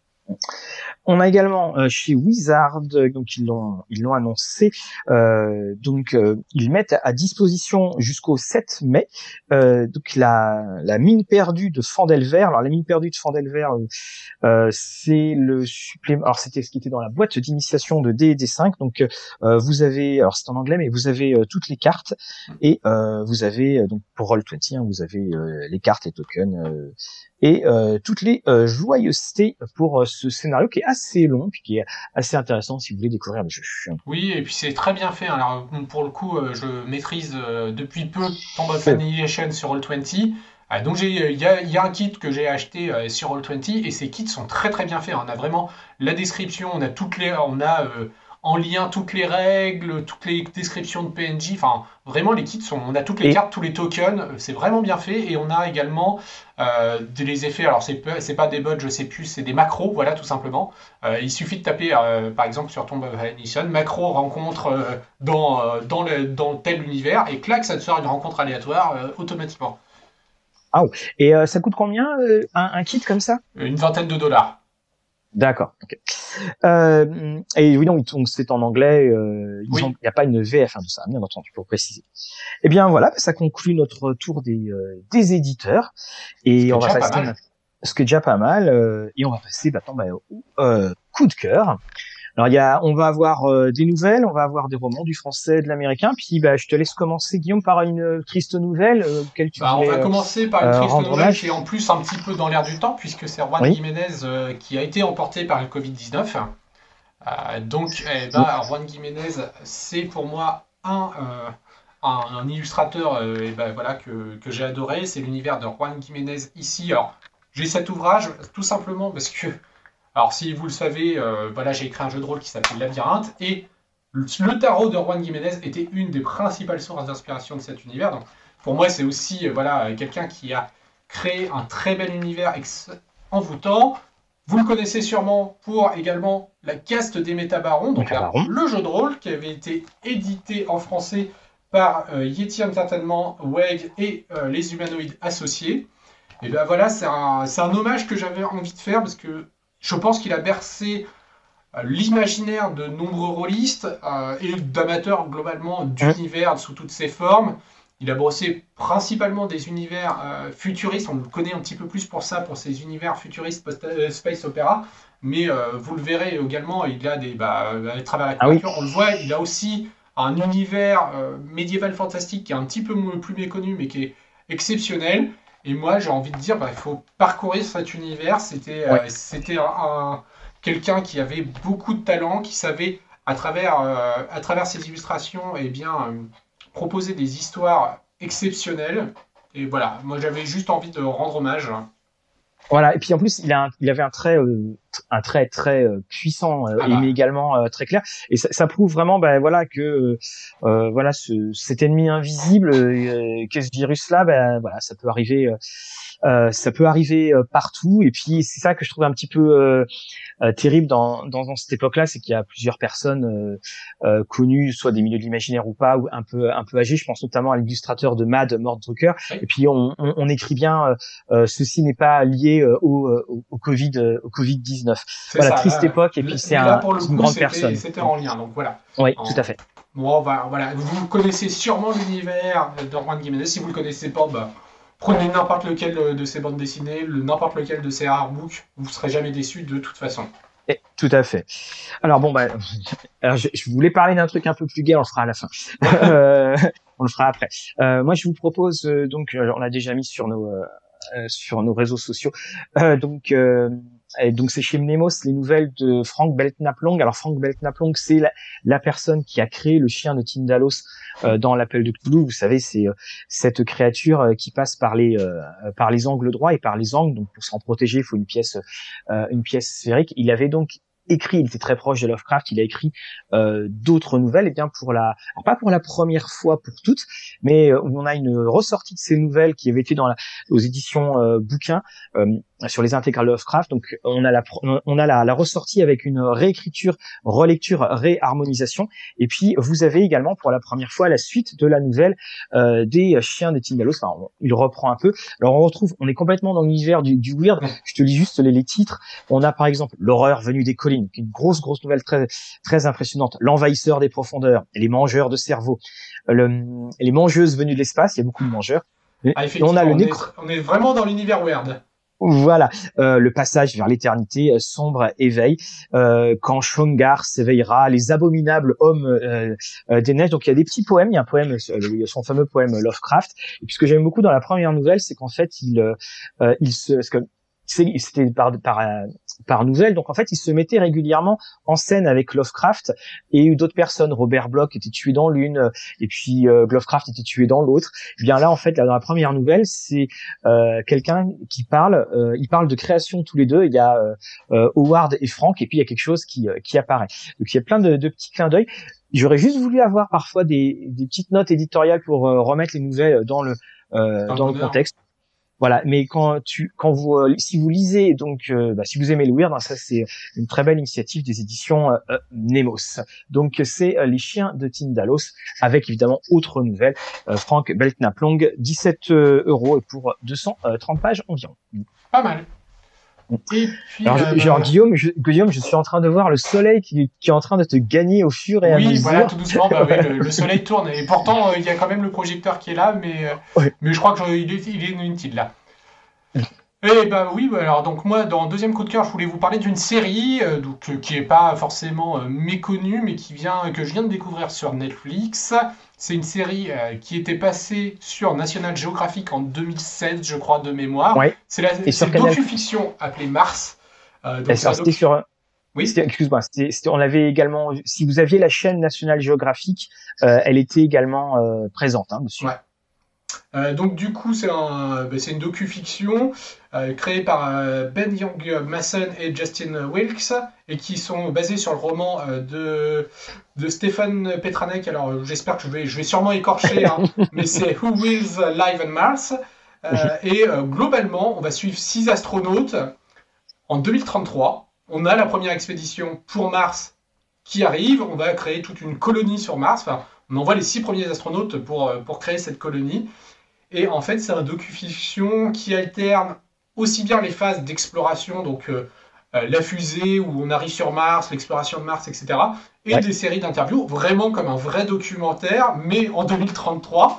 On a également euh, chez Wizard, donc ils l'ont ils l'ont annoncé, euh, donc euh, ils mettent à disposition jusqu'au sept mai euh, donc la la mine perdue de Fandelver. Alors la mine perdue de Fandelver, euh, c'est le supplément. Alors c'était ce qui était dans la boîte d'initiation de D and D cinq. Donc euh, vous avez, alors c'est en anglais, mais vous avez euh, toutes les cartes et euh, vous avez euh, donc pour Roll vingt, hein, vous avez euh, les cartes, les tokens. Euh, et euh, toutes les euh, joyeusetés pour euh, ce scénario qui est assez long puis qui est assez intéressant si vous voulez découvrir le jeu. Oui, et puis c'est très bien fait. Alors pour le coup, euh, je maîtrise euh, depuis peu Tomb of Annihilation sur Roll vingt. Euh, donc il y a, y a un kit que j'ai acheté euh, sur Roll vingt et ces kits sont très très bien faits. On a vraiment la description, on a toutes les, on a euh, en lien toutes les règles, toutes les descriptions de P N J, enfin vraiment les kits sont, on a toutes les et... cartes, tous les tokens, c'est vraiment bien fait et on a également euh, les effets, alors c'est, c'est pas des bots, je sais plus, c'est des macros, voilà tout simplement. Euh, il suffit de taper euh, par exemple sur Tomb of Annihilation, macro rencontre euh, dans, euh, dans, le, dans tel univers et clac, ça te sort une rencontre aléatoire euh, automatiquement. Ah, oh. Et euh, ça coûte combien euh, un, un kit comme ça ? Une vingtaine de dollars. D'accord. Okay. Euh, et oui, donc c'est en anglais. Euh, il oui. n'y a pas une V F hein, de ça, bien entendu, pour préciser. Eh bien voilà, ça conclut notre tour des euh, des éditeurs et on va passer maintenant, ce qui est déjà pas mal. Euh, et on va passer maintenant bah, au euh, coup de cœur. Alors il y a, on va avoir euh, des nouvelles, on va avoir des romans, du français, de l'américain. Puis bah je te laisse commencer, Guillaume, par une euh, triste nouvelle. Euh, quelle tu bah, voulais, on va commencer par une euh, triste nouvelle qui est en plus un petit peu dans l'air du temps puisque c'est Juan oui. Jiménez euh, qui a été emporté par le covid dix-neuf. Euh, donc eh ben, oui. Juan Jiménez, c'est pour moi un euh, un, un illustrateur euh, et ben, voilà que que j'ai adoré. C'est l'univers de Juan Jiménez ici. Alors j'ai cet ouvrage tout simplement parce que Alors, si vous le savez, euh, voilà, j'ai écrit un jeu de rôle qui s'appelle Labyrinthe, et le tarot de Juan Jiménez était une des principales sources d'inspiration de cet univers. Donc, pour moi, c'est aussi euh, voilà, quelqu'un qui a créé un très bel univers ex- envoûtant. Vous le connaissez sûrement pour également la caste des Métabarons, donc là, le jeu de rôle qui avait été édité en français par euh, Yeti Entertainment, W E G et euh, les humanoïdes associés. Et bien voilà, c'est un, c'est un hommage que j'avais envie de faire parce que je pense qu'il a bercé euh, l'imaginaire de nombreux rôlistes euh, et d'amateurs globalement d'univers sous toutes ses formes. Il a brossé principalement des univers euh, futuristes. On le connaît un petit peu plus pour ça, pour ses univers futuristes post- euh, space opéra. Mais euh, vous le verrez également, il a des, bah, à travers la couverture, ah oui. On le voit, il a aussi un univers euh, médiéval fantastique qui est un petit peu plus méconnu, mais qui est exceptionnel. Et moi, j'ai envie de dire, bah, il faut parcourir cet univers. C'était, ouais. euh, c'était un, un, quelqu'un qui avait beaucoup de talent, qui savait, à travers, euh, à travers ses illustrations, eh bien, euh, proposer des histoires exceptionnelles. Et voilà, moi, j'avais juste envie de rendre hommage. Voilà, et puis en plus, il, a un, il avait un trait, euh, un trait très euh, puissant, euh, ah bah. mais également euh, très clair. Et ça, ça prouve vraiment, ben voilà, que euh, voilà, ce, cet ennemi invisible, euh, que ce virus-là, ben voilà, ça peut arriver, euh, euh, ça peut arriver euh, partout. Et puis c'est ça que je trouve un petit peu euh, euh, terrible dans, dans, dans cette époque-là, c'est qu'il y a plusieurs personnes euh, euh, connues, soit des milieux de l'imaginaire ou pas, ou un peu un peu âgées. Je pense notamment à l'illustrateur de Mad, Mort Drucker. Et puis on, on, on écrit bien, euh, ceci n'est pas lié euh, au, au, au Covid, euh, au Covid dix-neuf. C'est voilà, ça, triste là, époque. Et puis c'est un, une coup, grande personne. C'était en lien, donc voilà. Oui, en... tout à fait. Bon, bah, voilà, vous connaissez sûrement l'univers de Juan Jiménez. Si vous le connaissez pas, bah, prenez n'importe lequel de ses bandes dessinées, n'importe lequel de ses artbooks, vous ne serez jamais déçu de toute façon. Et, tout à fait. Alors bon, bah, alors je, je voulais parler d'un truc un peu plus gai, on le fera à la fin. euh, on le fera après. Euh, moi, je vous propose euh, donc, on l'a déjà mis sur nos euh, sur nos réseaux sociaux. Euh, donc euh, Et donc c'est chez Mnemos les nouvelles de Frank Belknap-Long. Alors Frank Belknap-Long, c'est la, la personne qui a créé le chien de Tindalos euh, dans l'appel de Cthulhu. Vous savez, c'est euh, cette créature euh, qui passe par les euh, par les angles droits et par les angles. Donc pour s'en protéger, il faut une pièce euh, une pièce sphérique. Il avait donc écrit, il était très proche de Lovecraft, il a écrit euh, d'autres nouvelles, et bien pour la, alors pas pour la première fois pour toutes, mais euh, on a une ressortie de ces nouvelles qui avait été dans la, aux éditions euh, bouquins euh, sur les intégrales Lovecraft. Donc on a la, on a la, la ressortie avec une réécriture, relecture, réharmonisation, et puis vous avez également pour la première fois la suite de la nouvelle euh, des chiens de Tindalos. Enfin, on, il reprend un peu. Alors on retrouve, on est complètement dans l'univers du, du weird. Je te lis juste les, les titres. On a par exemple l'horreur venue des collines, une grosse grosse nouvelle très très impressionnante, l'envahisseur des profondeurs, les mangeurs de cerveau, le, les mangeuses venues de l'espace, il y a beaucoup de mangeurs. Ah, et on a le on, est, on est vraiment dans l'univers weird. Voilà, euh, le passage vers l'éternité, euh, sombre éveil, euh, quand Shongar s'éveillera, les abominables hommes euh, euh, des neiges. Donc il y a des petits poèmes, il y a un poème, euh, son fameux poème Lovecraft. Et puis ce que j'aime beaucoup dans la première nouvelle, c'est qu'en fait il euh, il se, parce que c'était par, par, par nouvelle, donc en fait il se mettait régulièrement en scène avec Lovecraft et d'autres personnes. Robert Bloch était tué dans l'une et puis euh, Lovecraft était tué dans l'autre. Et bien là en fait là, dans la première nouvelle, c'est euh, quelqu'un qui parle, euh, ils parlent de création tous les deux. Il y a euh, Howard et Frank, et puis il y a quelque chose qui, qui apparaît. Donc il y a plein de, de petits clins d'œil. J'aurais juste voulu avoir parfois des, des petites notes éditoriales pour euh, remettre les nouvelles dans le euh, dans le contexte. Voilà, mais quand tu, quand vous, euh, si vous lisez, donc, euh, bah, si vous aimez le weird, hein, ça c'est une très belle initiative des éditions euh, Mnemos. Donc c'est euh, les chiens de Tindalos, avec évidemment autre nouvelle, euh, Frank Belknap-Long, dix-sept euros pour deux cent trente pages environ. Pas mal. Et puis, alors, euh, genre, bah... Guillaume, je, Guillaume, je suis en train de voir le soleil qui, qui est en train de te gagner au fur et à oui, mesure. Oui, voilà, tout doucement, bah, oui, le, le soleil tourne. Et pourtant, il euh, y a quand même le projecteur qui est là, mais, euh, ouais. mais je crois qu'il est, il est inutile là. Et bah oui, bah, alors donc moi, dans deuxième coup de cœur, je voulais vous parler d'une série euh, donc, euh, qui est pas forcément euh, méconnue, mais qui vient, que je viens de découvrir sur Netflix. C'est une série euh, qui était passée sur National Geographic en deux mille seize, je crois, de mémoire. Ouais. C'est la c'est une docu-fiction appelée Mars. Euh, donc ça, c'était docu... sur... Oui. C'était, excuse-moi, c'était, c'était, on avait également... Si vous aviez la chaîne National Geographic, euh, elle était également euh, présente hein, dessus. Ouais. Euh, donc du coup c'est, un, bah, c'est une docu-fiction euh, créée par euh, Ben Young Mason et Justin Wilkes et qui sont basés sur le roman euh, de, de Stephen Petranek. Alors j'espère que je vais, je vais sûrement écorcher, hein, mais c'est Who Wills Live on Mars. Euh, et euh, globalement on va suivre six astronautes en deux mille trente-trois. On a la première expédition pour Mars qui arrive, on va créer toute une colonie sur Mars. Enfin, on envoie les six premiers astronautes pour, pour créer cette colonie. Et en fait, c'est un docu-fiction qui alterne aussi bien les phases d'exploration, donc euh, la fusée où on arrive sur Mars, l'exploration de Mars, et cetera, et ouais. des séries d'interviews, vraiment comme un vrai documentaire, mais en deux mille trente-trois,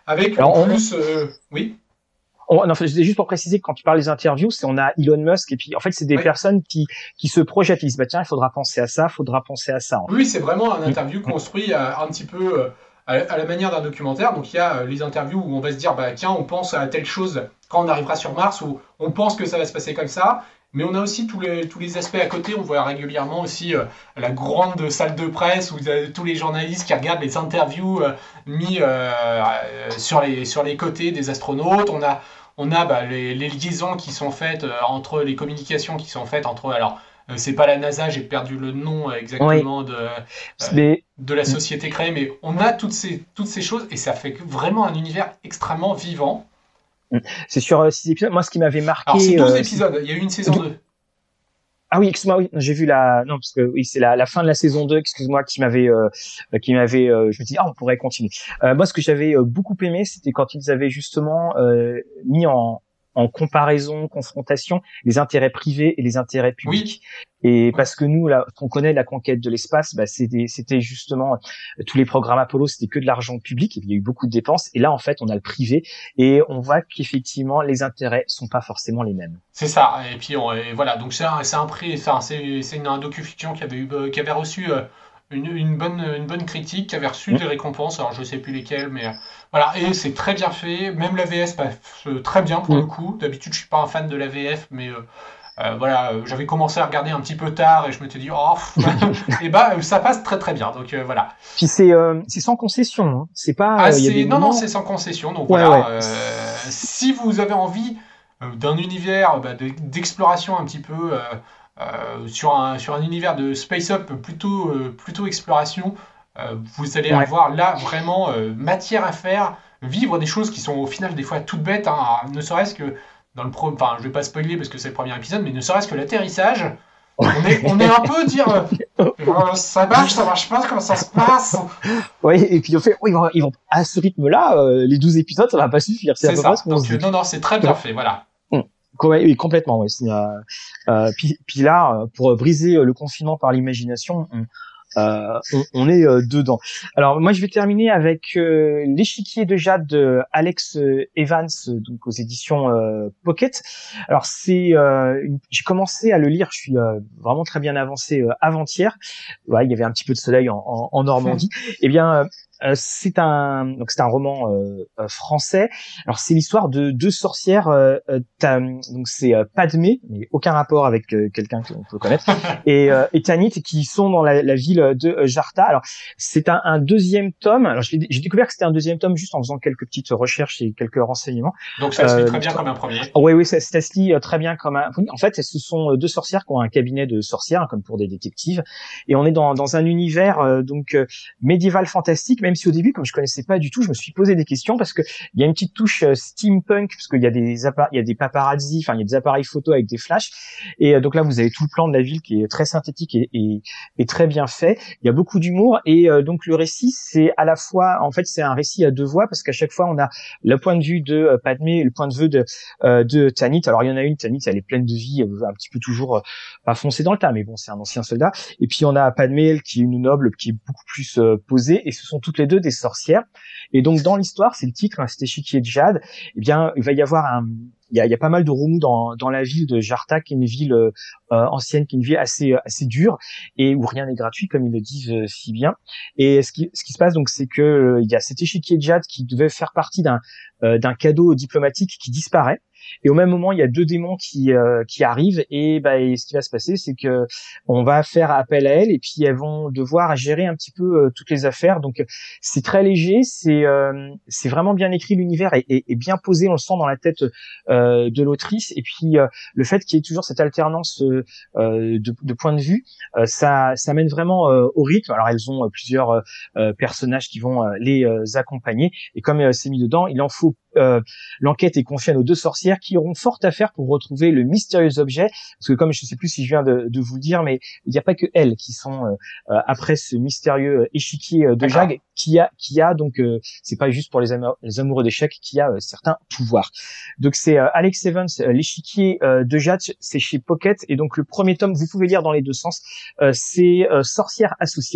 Avec Alors, en on- plus, euh, oui, On, non, c'est juste pour préciser que quand tu parles des interviews, c'est on a Elon Musk et puis en fait c'est des oui. personnes qui qui se projettent, ils disent bah tiens il faudra penser à ça, il faudra penser à ça en Oui, fait. c'est vraiment un Mm, interview mm. construit euh, un petit peu euh, à, à la manière d'un documentaire. Donc il y a euh, les interviews où on va se dire, bah tiens, on pense à telle chose quand on arrivera sur Mars, ou on pense que ça va se passer comme ça. Mais on a aussi tous les, tous les aspects à côté. On voit régulièrement aussi euh, la grande salle de presse où vous avez tous les journalistes qui regardent les interviews euh, mis euh, euh, sur, les, sur les côtés des astronautes. On a, on a bah, les, les liaisons qui sont faites euh, entre les communications qui sont faites entre. Alors, euh, c'est pas la NASA, j'ai perdu le nom euh, Oui, exactement de, euh, mais de la mm, société créée, mais on a toutes ces, toutes ces choses et ça fait vraiment un univers extrêmement vivant. mm. C'est sur euh, six épisodes. Moi ce qui m'avait Alors, c'est marqué, douze euh, c'est épisodes, il y a eu une saison deux. ah oui, excuse-moi, oui, j'ai vu la, non, parce que oui, c'est la, la fin de la saison deux, excuse-moi, qui m'avait, euh, qui m'avait, euh, je me dis, ah, on pourrait continuer. Euh, moi, ce que j'avais euh, beaucoup aimé, c'était quand ils avaient justement euh, mis en, en comparaison, confrontation, les intérêts privés et les intérêts Oui, publics. Et oui. parce que nous, là, qu'on connaît la conquête de l'espace, bah, c'était, c'était justement euh, tous les programmes Apollo, c'était que de l'argent public. Il y a eu beaucoup de dépenses. Et là, en fait, on a le privé et on voit qu'effectivement, les intérêts sont pas forcément les mêmes. C'est ça. Et puis on- et voilà, donc c'est un, c'est un prix, enfin, c'est c'est une- un docu-fiction qui avait eu, euh, qui avait reçu euh, une, une bonne, une bonne critique, qui avait reçu Mm. des récompenses. Alors je sais plus lesquelles, mais euh, voilà. Et c'est très bien fait. Même la V S passe euh, très bien pour le Mm. coup. D'habitude, je suis pas un fan de la V F, mais euh, euh, voilà, euh, j'avais commencé à regarder un petit peu tard et je m'étais dit, oh, et bah euh, ça passe très très bien. Donc euh, voilà. Puis c'est euh, c'est sans concession, hein. C'est Ah, pas, il y a des c'est non, non, moments. c'est sans concession. Donc Ouais, voilà, ouais. euh, C'est- si vous avez envie euh, d'un univers bah, de- d'exploration un petit peu euh, euh, sur un sur un univers de space up plutôt euh, plutôt exploration, euh, vous allez Ouais. avoir là vraiment euh, matière à faire, vivre des choses qui sont au final des fois toutes bêtes, hein, ne serait-ce que dans le pro, enfin je vais pas spoiler parce que c'est le premier épisode, mais ne serait-ce que l'atterrissage. On est, on est un peu dire euh, euh, ça marche, ça marche pas, comment ça se passe. Ouais. Et puis on fait, oh, ils vont, ils vont à ce rythme-là, euh, les douze épisodes, ça va pas suffire. C'est à C'est peu près ça. ce qu'on se Donc euh, dit. non, non, c'est très bien fait, voilà. Mm. Ouais, oui, complètement. Ouais. C'est, euh, euh, puis, puis là, euh, pour briser euh, le confinement par l'imagination, on, euh, on, on est euh, dedans. Alors moi, je vais terminer avec euh, l'échiquier de Jade de Alex euh, Evans, euh, donc aux éditions euh, Pocket. Alors c'est, euh, une- j'ai commencé à le lire. Je suis euh, vraiment très bien avancé euh, avant-hier. Ouais, il y avait un petit peu de soleil en, en, en Normandie. Eh bien, euh, euh, c'est un donc c'est un roman euh, euh, français. Alors c'est l'histoire de deux sorcières. Euh, euh, t'as- donc c'est euh, Padmé, mais aucun rapport avec euh, quelqu'un qu'on peut connaître, et, euh, et Tanit qui sont dans la, la ville de euh, Jarta. Alors c'est un, un deuxième tome. Alors je l'ai- j'ai découvert que c'était un deuxième tome juste en faisant quelques petites recherches et quelques renseignements. Donc ça se lit Euh, très bien comme un premier. oui, oui, ça, ça se lit euh, très bien comme un. En fait, ce sont euh, deux sorcières qui ont un cabinet de sorcières, comme pour des détectives, et on est dans, dans un univers euh, donc euh, médiéval fantastique. Même si au début, comme je connaissais pas du tout, je me suis posé des questions parce que il y a une petite touche euh, steampunk, parce qu'il y a des appa- il y a des paparazzi, enfin il y a des appareils photo avec des flashs, et euh, donc là vous avez tout le plan de la ville qui est très synthétique et, et, et très bien fait. Il y a beaucoup d'humour et euh, donc le récit c'est à la fois, en fait c'est un récit à deux voix parce qu'à chaque fois on a le point de vue de euh, Padmé et le point de vue de euh, de Tanit. Alors il y en a une, Tanit, elle est pleine de vie, elle veut un petit peu toujours euh, pas foncer dans le tas, mais bon, c'est un ancien soldat. Et puis on a Padmé, elle, qui est une noble, qui est beaucoup plus euh, posée, et ce sont toutes les deux des sorcières. Et donc dans l'histoire, c'est le titre, hein, c'est Échiquier de Jade. Eh bien, il va y avoir un il y a, il y a pas mal de remous dans, dans la ville de Jarta, qui est une ville euh, ancienne, qui est une ville assez assez dure et où rien n'est gratuit, comme ils le disent euh, si bien. Et ce qui ce qui se passe donc, c'est que euh, il y a cet échiquier de Jade qui devait faire partie d'un euh, d'un cadeau diplomatique qui disparaît. Et au même moment, il y a deux démons qui euh, qui arrivent et bah et ce qui va se passer, c'est que on va faire appel à elles et puis elles vont devoir gérer un petit peu euh, toutes les affaires. Donc c'est très léger, c'est euh, c'est vraiment bien écrit, l'univers est, est, est bien posé, on le sent dans la tête euh, de l'autrice. Et puis euh, le fait qu'il y ait toujours cette alternance euh, de, de points de vue, euh, ça ça mène vraiment euh, au rythme. Alors elles ont euh, plusieurs euh, personnages qui vont euh, les euh, accompagner et comme euh, c'est mis dedans, il en faut euh, l'enquête est confiée à nos deux sorcières qui auront fort à faire pour retrouver le mystérieux objet, parce que comme je ne sais plus si je viens de, de vous le dire, mais il n'y a pas que elles qui sont euh, après ce mystérieux échiquier de Jade qui a qui a donc euh, c'est pas juste pour les, amour, les amoureux d'échecs, qui a euh, certains pouvoirs. Donc c'est euh, Alex Evans, euh, l'échiquier euh, de Jade, c'est chez Pocket, et donc le premier tome vous pouvez lire dans les deux sens, euh, c'est euh, Sorcière associée.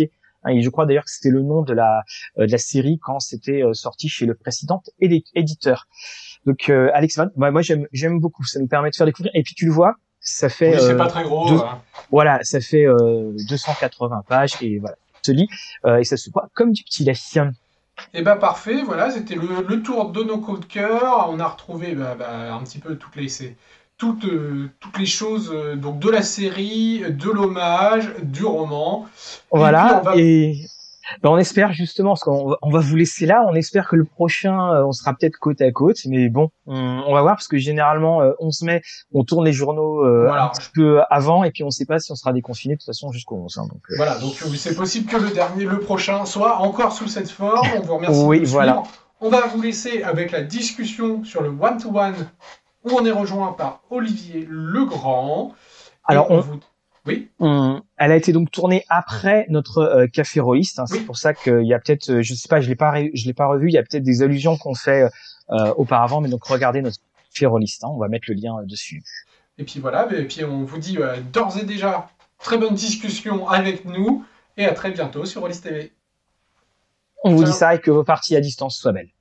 Hein, et je crois d'ailleurs que c'était le nom de la euh, de la série quand c'était euh, sorti chez le précédent édi- éditeur. Donc euh, Alex Van, bah, moi j'aime j'aime beaucoup. Ça nous permet de faire découvrir. Et puis tu le vois, ça fait Oui, c'est euh, pas très gros. deux, Hein. voilà, ça fait euh, deux cent quatre-vingts pages et voilà, se lit euh, et ça se voit comme du petit lait. Et bah parfait, voilà, c'était le, le tour de nos coups de cœur. On a retrouvé bah, bah, un petit peu toutes les, c'est, toutes, euh, toutes les choses euh, donc de la série, de l'hommage, du roman. Et puis on Voilà, va. et ben, on espère justement, parce qu'on va, on va vous laisser là, on espère que le prochain, euh, on sera peut-être côte à côte, mais bon, on, on va voir, parce que généralement, euh, onze mai, on tourne les journaux euh, un Voilà. petit peu avant, et puis on ne sait pas si on sera déconfiné de toute façon jusqu'au onze. Hein, donc, euh... Voilà, donc c'est possible que le dernier, le prochain, soit encore sous cette forme. On vous remercie oui, de nous voilà. suivre. On va vous laisser avec la discussion sur le one-to-one, où on est rejoint par Olivier Legrand. Alors, on, vous... Oui. On, elle a été donc tournée après notre euh, café rôliste. Hein, oui. C'est pour ça qu'il y a peut-être, euh, je sais pas, je l'ai pas, ré, je l'ai pas revu. Il y a peut-être des allusions qu'on fait euh, auparavant, mais donc regardez notre café rôliste. Hein, on va mettre le lien euh, dessus. Et puis voilà, et puis on vous dit euh, d'ores et déjà très bonne discussion avec nous et à très bientôt sur Rollis T V. On Ciao. Vous dit ça et que vos parties à distance soient belles.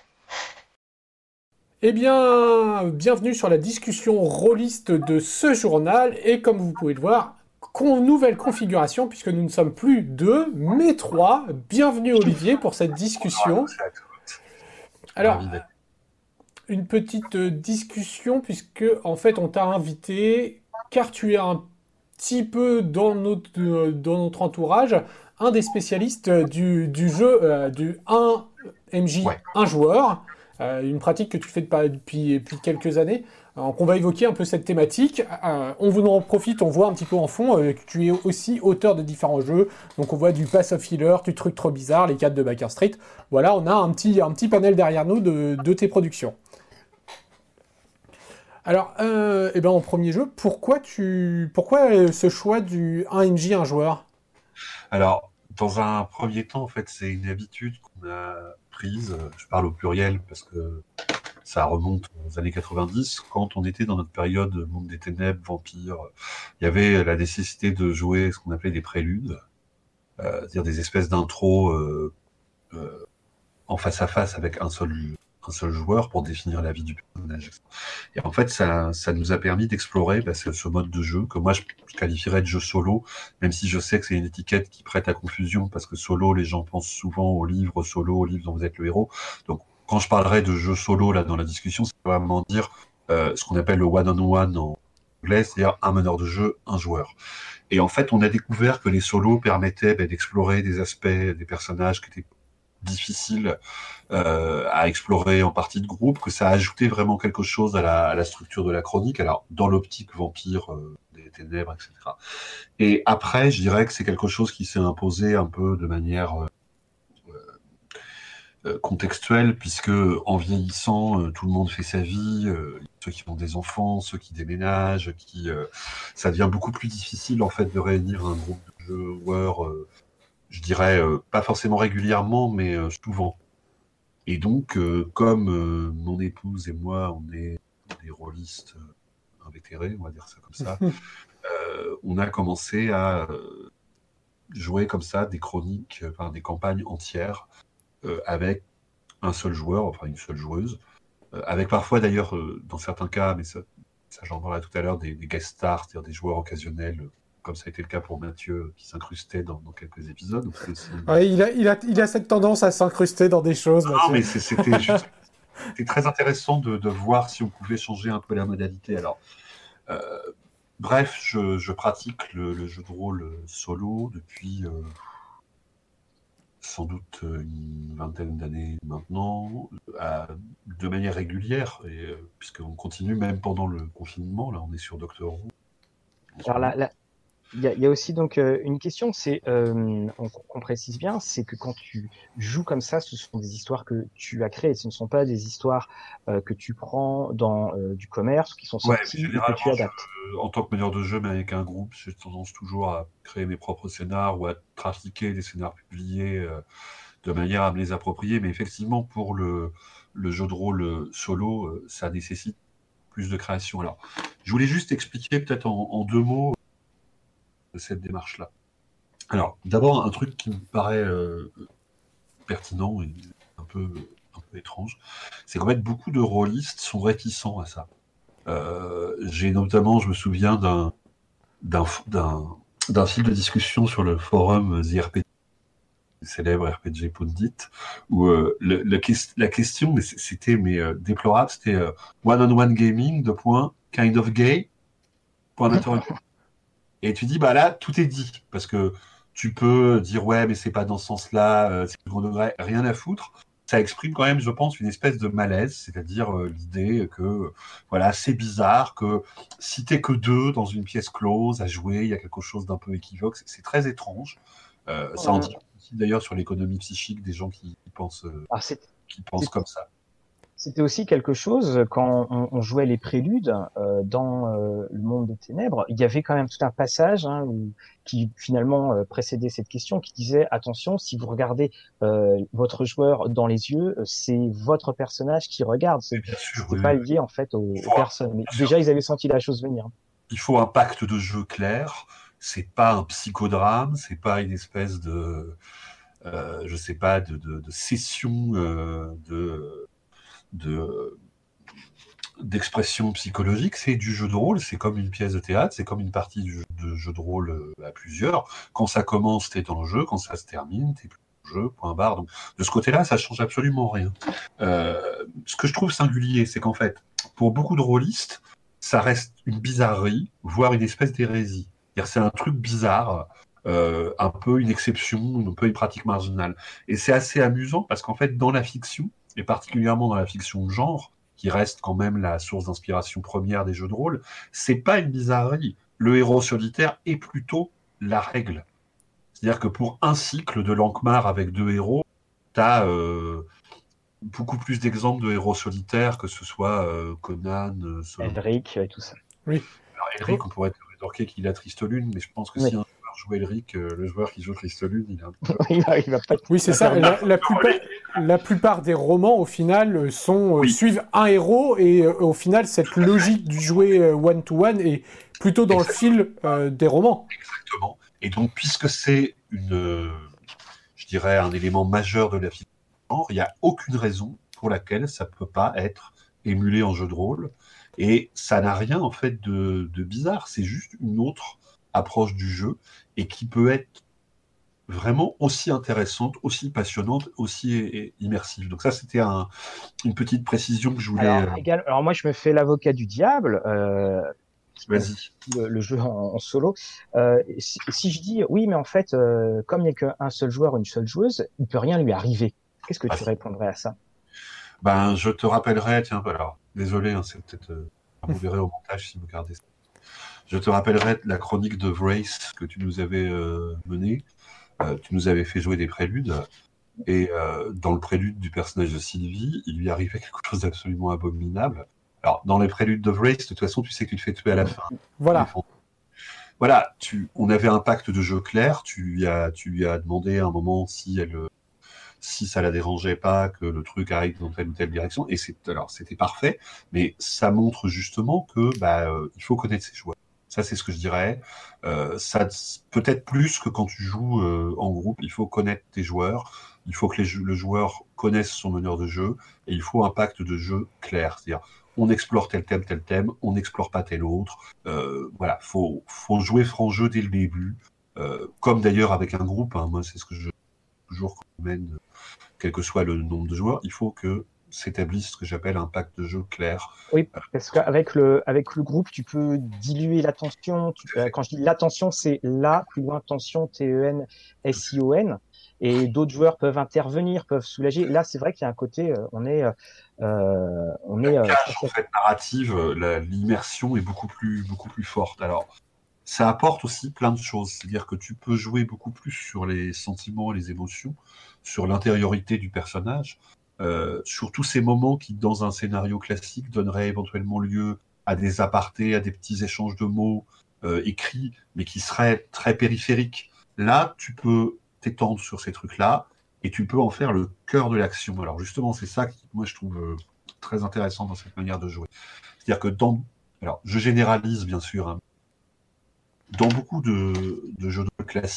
Eh bien, bienvenue sur la discussion rôliste de ce journal et comme vous pouvez le voir, con, nouvelle configuration puisque nous ne sommes plus deux mais trois. Bienvenue Olivier pour cette discussion. Alors, une petite discussion puisque en fait on t'a invité car tu es un petit peu dans notre, dans notre entourage un des spécialistes du, du jeu euh, du un M J, ouais. un joueur. Euh, une pratique que tu fais depuis, depuis quelques années. Donc on va évoquer un peu cette thématique. Euh, on vous en profite, on voit un petit peu en fond euh, que tu es aussi auteur de différents jeux. Donc on voit du Pass of Healer, du truc trop bizarre, les quatre de Baker Street. Voilà, on a un petit, un petit panel derrière nous de, de tes productions. Alors, euh, eh ben, en premier jeu, pourquoi, tu, pourquoi ce choix du un M J, un joueur ? Alors, dans un premier temps, en fait, c'est une habitude qu'on a prise, je parle au pluriel parce que ça remonte aux années quatre-vingt-dix, quand on était dans notre période Monde des Ténèbres, Vampire, il y avait la nécessité de jouer ce qu'on appelait des préludes, euh, c'est-à-dire des espèces d'intros euh, euh, en face à face avec un seul, un seul joueur pour définir la vie du personnage. Et en fait, ça, ça nous a permis d'explorer bah, ce, ce mode de jeu que moi je, je qualifierais de jeu solo, même si je sais que c'est une étiquette qui prête à confusion parce que solo, les gens pensent souvent au livre solo, au livre dont vous êtes le héros. Donc, quand je parlerai de jeu solo là dans la discussion, c'est vraiment dire euh, ce qu'on appelle le one-on-one en anglais, c'est-à-dire un meneur de jeu, un joueur. Et en fait, on a découvert que les solos permettaient bah, d'explorer des aspects des personnages qui étaient difficiles euh, à explorer en partie de groupe, que ça ajoutait vraiment quelque chose à la, à la structure de la chronique, alors dans l'optique vampire euh, des ténèbres, et cetera. Et après, je dirais que c'est quelque chose qui s'est imposé un peu de manière euh, euh, contextuelle, puisque en vieillissant, euh, tout le monde fait sa vie, euh, ceux qui ont des enfants, ceux qui déménagent, qui, euh, ça devient beaucoup plus difficile en fait de réunir un groupe de joueurs, euh, je dirais euh, pas forcément régulièrement, mais euh, souvent. Et donc, euh, comme euh, mon épouse et moi, on est des rôlistes euh, invétérés, on va dire ça comme ça, euh, on a commencé à euh, jouer comme ça des chroniques, enfin des campagnes entières euh, avec un seul joueur, enfin une seule joueuse, euh, avec parfois d'ailleurs, euh, dans certains cas, mais ça, ça j'en parlerai tout à l'heure, des, des guest stars, c'est-à-dire des joueurs occasionnels, euh, comme ça a été le cas pour Mathieu, qui s'incrustait dans, dans quelques épisodes. Donc aussi... ouais, il, a, il, a, il a cette tendance à s'incruster dans des choses. Non, Mathieu. mais c'était juste... C'était très intéressant de, de voir si on pouvait changer un peu la modalité. Alors, euh, bref, je, je pratique le, le jeu de rôle solo depuis euh, sans doute une vingtaine d'années maintenant, à, de manière régulière, et, euh, puisqu'on continue même pendant le confinement. Là, on est sur Doctor Who. Alors là, là, il y a, il y a aussi donc euh, une question, c'est euh, on, qu'on précise bien, c'est que quand tu joues comme ça, ce sont des histoires que tu as créées, ce ne sont pas des histoires euh, que tu prends dans euh, du commerce, qui sont sorties ouais, et que tu adaptes. Je, en tant que meneur de jeu, mais avec un groupe, j'ai tendance toujours à créer mes propres scénars ou à trafiquer des scénars publiés euh, de manière à me les approprier. Mais effectivement, pour le, le jeu de rôle solo, euh, ça nécessite plus de création. Alors, je voulais juste expliquer peut-être en, en deux mots de cette démarche-là. Alors, d'abord, un truc qui me paraît euh, pertinent et un peu, un peu étrange, c'est qu'en fait, beaucoup de rôlistes sont réticents à ça. Euh, j'ai notamment, je me souviens d'un, d'un, d'un, d'un fil de discussion sur le forum The R P G, le célèbre R P G Pundit, où euh, le, le, la question, mais c'était mais, euh, déplorable, c'était euh, one-on-one gaming, de point, kind of gay, point d'interrogation. Et tu dis, bah là, tout est dit, parce que tu peux dire, ouais, mais c'est pas dans ce sens-là, euh, c'est second degré, rien à foutre. Ça exprime quand même, je pense, une espèce de malaise, c'est-à-dire euh, l'idée que, euh, voilà, c'est bizarre, que si t'es que deux dans une pièce close à jouer, il y a quelque chose d'un peu équivoque, c'est, c'est très étrange. Euh, ça en dit aussi d'ailleurs sur l'économie psychique des gens qui, qui pensent, euh, Ah, c'est, qui pensent c'est, comme ça. C'était aussi quelque chose quand on, on jouait les préludes euh, dans euh, le monde des ténèbres. Il y avait quand même tout un passage hein, où, qui finalement euh, précédait cette question, qui disait attention, si vous regardez euh, votre joueur dans les yeux, c'est votre personnage qui regarde. C'est, Bien sûr, c'était oui, pas oui. lié en fait aux, aux Faut, personnes. Mais bien sûr. déjà, ils avaient senti la chose venir. Il faut un pacte de jeu clair. C'est pas un psychodrame, c'est pas une espèce de, euh, je sais pas, de, de, de session euh, de, de d'expression psychologique. C'est du jeu de rôle. C'est comme une pièce de théâtre. C'est comme une partie du jeu, de jeu de rôle euh, à plusieurs. Quand ça commence, t'es dans le jeu. Quand ça se termine, t'es plus dans le jeu. Point barre. Donc de ce côté-là, ça change absolument rien. Euh, ce que je trouve singulier, c'est qu'en fait, pour beaucoup de rôlistes, ça reste une bizarrerie, voire une espèce d'hérésie. C'est-à-dire, c'est un truc bizarre, euh, un peu une exception, un peu une pratique marginale. Et c'est assez amusant parce qu'en fait, dans la fiction, et particulièrement dans la fiction de genre, qui reste quand même la source d'inspiration première des jeux de rôle, c'est pas une bizarrerie. Le héros solitaire est plutôt la règle. C'est-à-dire que pour un cycle de Lankmar avec deux héros, t'as euh, beaucoup plus d'exemples de héros solitaires, que ce soit euh, Conan, euh, Solomon. Elric et tout ça. Oui. Alors, Elric, on pourrait rétorquer qu'il a Triste Lune, mais je pense que Oui. si un joueur joue Elric, euh, le joueur qui joue Triste Lune, il a un peu... il, va, il va pas Oui, c'est ça. La, la, plupart, la plupart des romans, au final, sont, oui. euh, suivent un héros, et euh, au final, cette logique du jouer euh, one-to-one est plutôt dans Exactement. le fil euh, des romans. Exactement. Et donc, puisque c'est une, euh, je dirais, un élément majeur de la fiction, il n'y a aucune raison pour laquelle ça ne peut pas être émulé en jeu de rôle. Et ça n'a rien, en fait, de, de bizarre. C'est juste une autre approche du jeu et qui peut être vraiment aussi intéressante, aussi passionnante, aussi immersive. Donc ça, c'était un, une petite précision que je voulais... Alors, égal, alors moi, je me fais l'avocat du diable. Euh... Vas-y. Le, le jeu en, en solo. Euh, si, si je dis oui, mais en fait, euh, comme il n'y a qu'un seul joueur, une seule joueuse, il peut rien lui arriver. Qu'est-ce que ah, tu si. répondrais à ça? Ben, je te rappellerai, tiens, alors, désolé, hein, c'est peut-être, euh, vous verrez au montage si vous regardez ça. Je te rappellerai la chronique de Vrace que tu nous avais euh, menée. Euh, tu nous avais fait jouer des préludes. Et euh, dans le prélude du personnage de Sylvie, il lui arrivait quelque chose d'absolument abominable. Alors, dans les préludes de Vrace, de toute façon, tu sais que tu te fais tuer à la fin. Voilà. Voilà, tu, on avait un pacte de jeu clair. Tu lui as, tu lui as demandé à un moment si elle, si ça la dérangeait pas que le truc arrive dans telle ou telle direction. Et c'est, alors, c'était parfait, mais ça montre justement que bah, euh, il faut connaître ses joueurs. Ça, c'est ce que je dirais. Euh, ça, peut-être plus que quand tu joues euh, en groupe, il faut connaître tes joueurs. Il faut que les, le joueur connaisse son meneur de jeu et il faut un pacte de jeu clair. C'est-à-dire, on explore tel thème, tel thème, on n'explore pas tel autre. Euh, voilà, faut, faut jouer franc jeu dès le début, euh, comme d'ailleurs avec un groupe. Hein, moi, c'est ce que je toujours mène, quel que soit le nombre de joueurs. Il faut que s'établisse ce que j'appelle un pacte de jeu clair. Oui, parce qu'avec le, avec le groupe, tu peux diluer l'attention. Tu, euh, quand je dis l'attention, c'est la, plus loin, tension, T E N, S I O N. Et d'autres joueurs peuvent intervenir, peuvent soulager. Là, c'est vrai qu'il y a un côté, euh, on est, euh, on la est. Cache, euh, en fait, narrative, la, l'immersion est beaucoup plus, beaucoup plus forte. Alors, ça apporte aussi plein de choses. C'est-à-dire que tu peux jouer beaucoup plus sur les sentiments, les émotions, sur l'intériorité du personnage, euh, sur tous ces moments qui, dans un scénario classique, donneraient éventuellement lieu à des apartés, à des petits échanges de mots euh, écrits, mais qui seraient très périphériques. Là, tu peux t'étendre sur ces trucs-là, et tu peux en faire le cœur de l'action. Alors justement, c'est ça que moi je trouve euh, très intéressant dans cette manière de jouer. C'est-à-dire que dans... Alors, je généralise bien sûr, hein. Dans beaucoup de, de jeux de rôle classiques,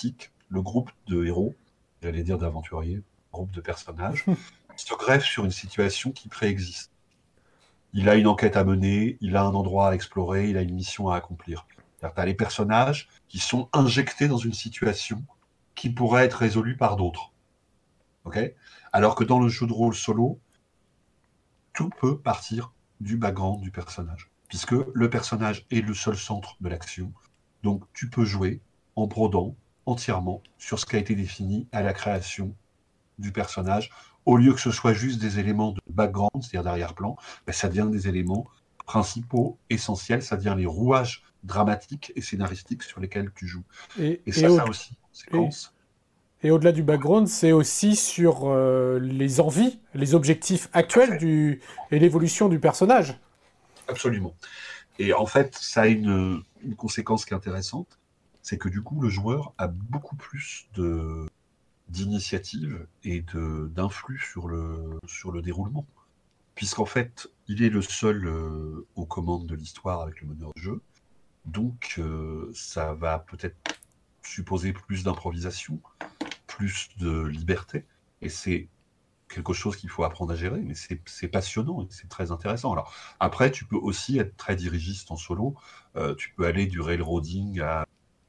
le groupe de héros, j'allais dire d'aventuriers, groupe de personnages, se greffe sur une situation qui préexiste. Il a une enquête à mener, il a un endroit à explorer, il a une mission à accomplir. Tu as les personnages qui sont injectés dans une situation qui pourrait être résolue par d'autres. Okay, alors que dans le jeu de rôle solo, tout peut partir du background du personnage, puisque le personnage est le seul centre de l'action. Donc tu peux jouer en brodant entièrement sur ce qui a été défini à la création du personnage, au lieu que ce soit juste des éléments de background, c'est-à-dire d'arrière-plan, ben ça devient des éléments principaux, essentiels, ça devient les rouages dramatiques et scénaristiques sur lesquels tu joues. Et, et ça, et ça au... aussi, séquence. Et, et au-delà du background, c'est aussi sur euh, les envies, les objectifs actuels du... et l'évolution du personnage. Absolument. Et en fait, ça a une, une conséquence qui est intéressante, c'est que du coup, le joueur a beaucoup plus de... d'initiative et de, d'influx sur le, sur le déroulement. Puisqu'en fait, il est le seul euh, aux commandes de l'histoire avec le meneur de jeu. Donc, euh, ça va peut-être supposer plus d'improvisation, plus de liberté. Et c'est quelque chose qu'il faut apprendre à gérer, mais c'est, c'est passionnant et c'est très intéressant. Alors, après, tu peux aussi être très dirigiste en solo. Euh, tu peux aller du railroading à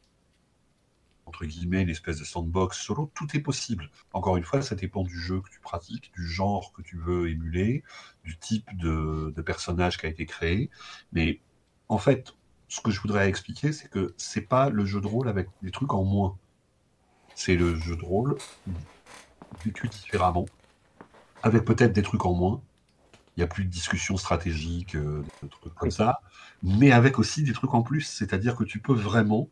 entre guillemets, l'espèce de sandbox solo, tout est possible. Encore une fois, ça dépend du jeu que tu pratiques, du genre que tu veux émuler, du type de, de personnage qui a été créé. Mais en fait, ce que je voudrais expliquer, c'est que c'est pas le jeu de rôle avec des trucs en moins. C'est le jeu de rôle vécu différemment, avec peut-être des trucs en moins. Il n'y a plus de discussion stratégique, euh, de trucs comme ça, mais avec aussi des trucs en plus. C'est-à-dire que tu peux vraiment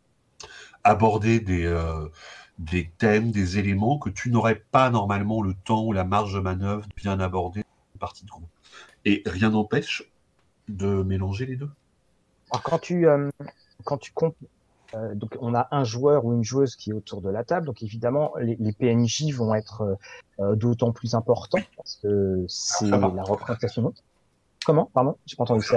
aborder des, euh, des thèmes, des éléments que tu n'aurais pas normalement le temps ou la marge de manœuvre de bien aborder dans une partie de groupe. Et rien n'empêche de mélanger les deux. Alors quand tu, euh, quand tu comptes, euh, donc on a un joueur ou une joueuse qui est autour de la table, donc évidemment les, les P N J vont être euh, d'autant plus importants parce que c'est la représentation. Comment? Pardon, j'ai pas entendu ça.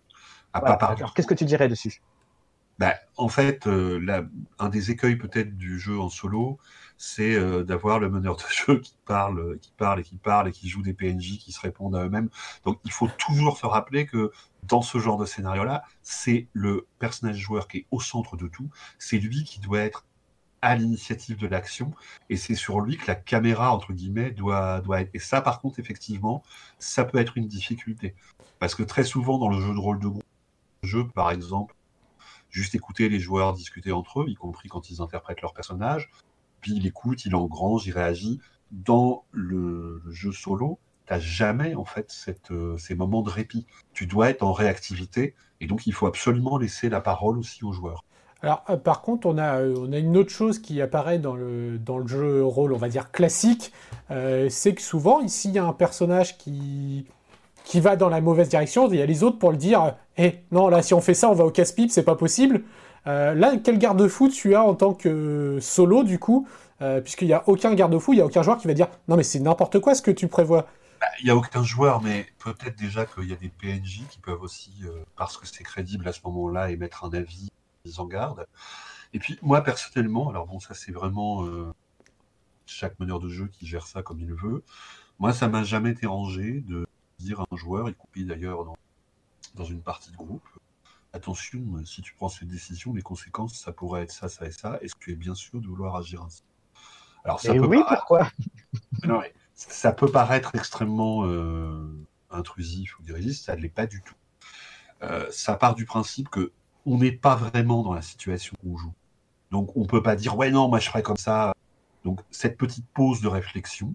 À Voilà, pas parler. Qu'est-ce que tu dirais dessus? Bah, en fait, euh, la, un des écueils peut-être du jeu en solo, c'est euh, d'avoir le meneur de jeu qui parle, qui parle et qui parle et qui joue des P N J qui se répondent à eux-mêmes. Donc, il faut toujours se rappeler que dans ce genre de scénario-là, c'est le personnage joueur qui est au centre de tout. C'est lui qui doit être à l'initiative de l'action et c'est sur lui que la caméra, entre guillemets, doit, doit être. Et ça, par contre, effectivement, ça peut être une difficulté. Parce que très souvent, dans le jeu de rôle de groupe, jeu, par exemple, juste écouter les joueurs discuter entre eux, y compris quand ils interprètent leurs personnages. Puis il écoute, il engrange, il réagit. Dans le, le jeu solo, t'as jamais en fait cette, euh, ces moments de répit. Tu dois être en réactivité et donc il faut absolument laisser la parole aussi aux joueurs. Alors, euh, par contre, on a, euh, on a une autre chose qui apparaît dans le, dans le jeu rôle, on va dire classique, euh, c'est que souvent, ici, il y a un personnage qui, qui va dans la mauvaise direction, il y a les autres pour le dire « Eh, non, là, si on fait ça, on va au casse-pipe, c'est pas possible. Euh, » Là, quel garde-fou tu as en tant que solo, du coup, euh, puisqu'il n'y a aucun garde-fou, il n'y a aucun joueur qui va dire « Non, mais c'est n'importe quoi ce que tu prévois. » Il n'y a aucun joueur, mais peut-être déjà qu'il y a des P N J qui peuvent aussi, euh, parce que c'est crédible à ce moment-là, émettre un avis, mise en garde. Et puis, moi, personnellement, alors bon, ça, c'est vraiment euh, chaque meneur de jeu qui gère ça comme il veut. Moi, ça m'a jamais dérangé de dire à un joueur, y compris d'ailleurs dans, dans une partie de groupe, attention, si tu prends cette décision, les conséquences, ça pourrait être ça, ça et ça. Est-ce que tu es bien sûr de vouloir agir ainsi? Alors, ça Et peut oui, paraître... pourquoi? Non, mais ça peut paraître extrêmement euh, intrusif ou dirigiste, ça ne l'est pas du tout. Euh, ça part du principe que on n'est pas vraiment dans la situation où on joue. Donc, on peut pas dire, ouais, non, moi, je ferais comme ça. Donc, cette petite pause de réflexion,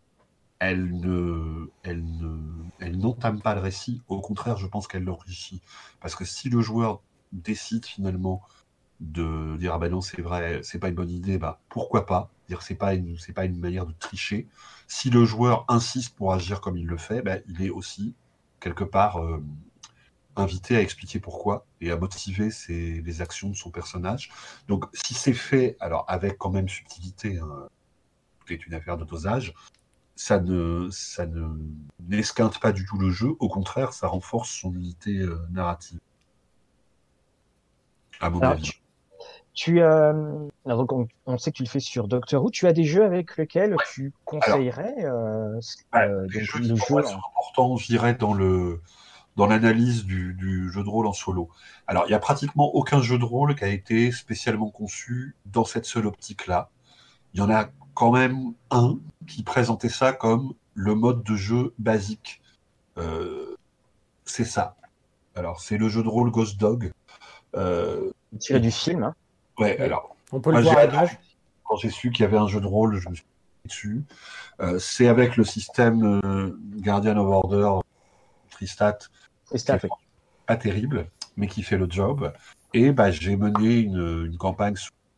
elle ne, elle ne, elle n'entame pas le récit. Au contraire, je pense qu'elle l'enrichit. Parce que si le joueur décide finalement de dire ah ben non c'est vrai, c'est pas une bonne idée, bah pourquoi pas dire c'est pas une, c'est pas une manière de tricher. Si le joueur insiste pour agir comme il le fait, bah, il est aussi quelque part euh, invité à expliquer pourquoi et à motiver ses, les actions de son personnage. Donc si c'est fait, alors avec quand même subtilité, hein, tout est une affaire de dosage. Ça ne, ça ne n'esquinte pas du tout le jeu. Au contraire, ça renforce son unité euh, narrative. À mon Alors, avis. tu, Tu euh, alors, donc, on, on sait que tu le fais sur Doctor Who. Tu as des jeux avec lesquels Ouais. tu Alors, conseillerais euh, bah, euh, les donc jeux qui le pour moi jeu sont en... importants, je dirais, dans le dans l'analyse du, du jeu de rôle en solo. Alors, il y a pratiquement aucun jeu de rôle qui a été spécialement conçu dans cette seule optique-là. Il y en a quand même un qui présentait ça comme le mode de jeu basique. Euh, c'est ça. Alors, c'est le jeu de rôle Ghost Dog. Euh, tiré et du film, hein. ouais, Oui. alors, On peut le moi j'ai voir à adoré. l'image. Quand j'ai su qu'il y avait un jeu de rôle, je me suis mis dessus. Euh, c'est avec le système euh, Guardian of Order, Tristat, Et qui ça, est oui. pas terrible, mais qui fait le job. Et bah, j'ai mené une, une campagne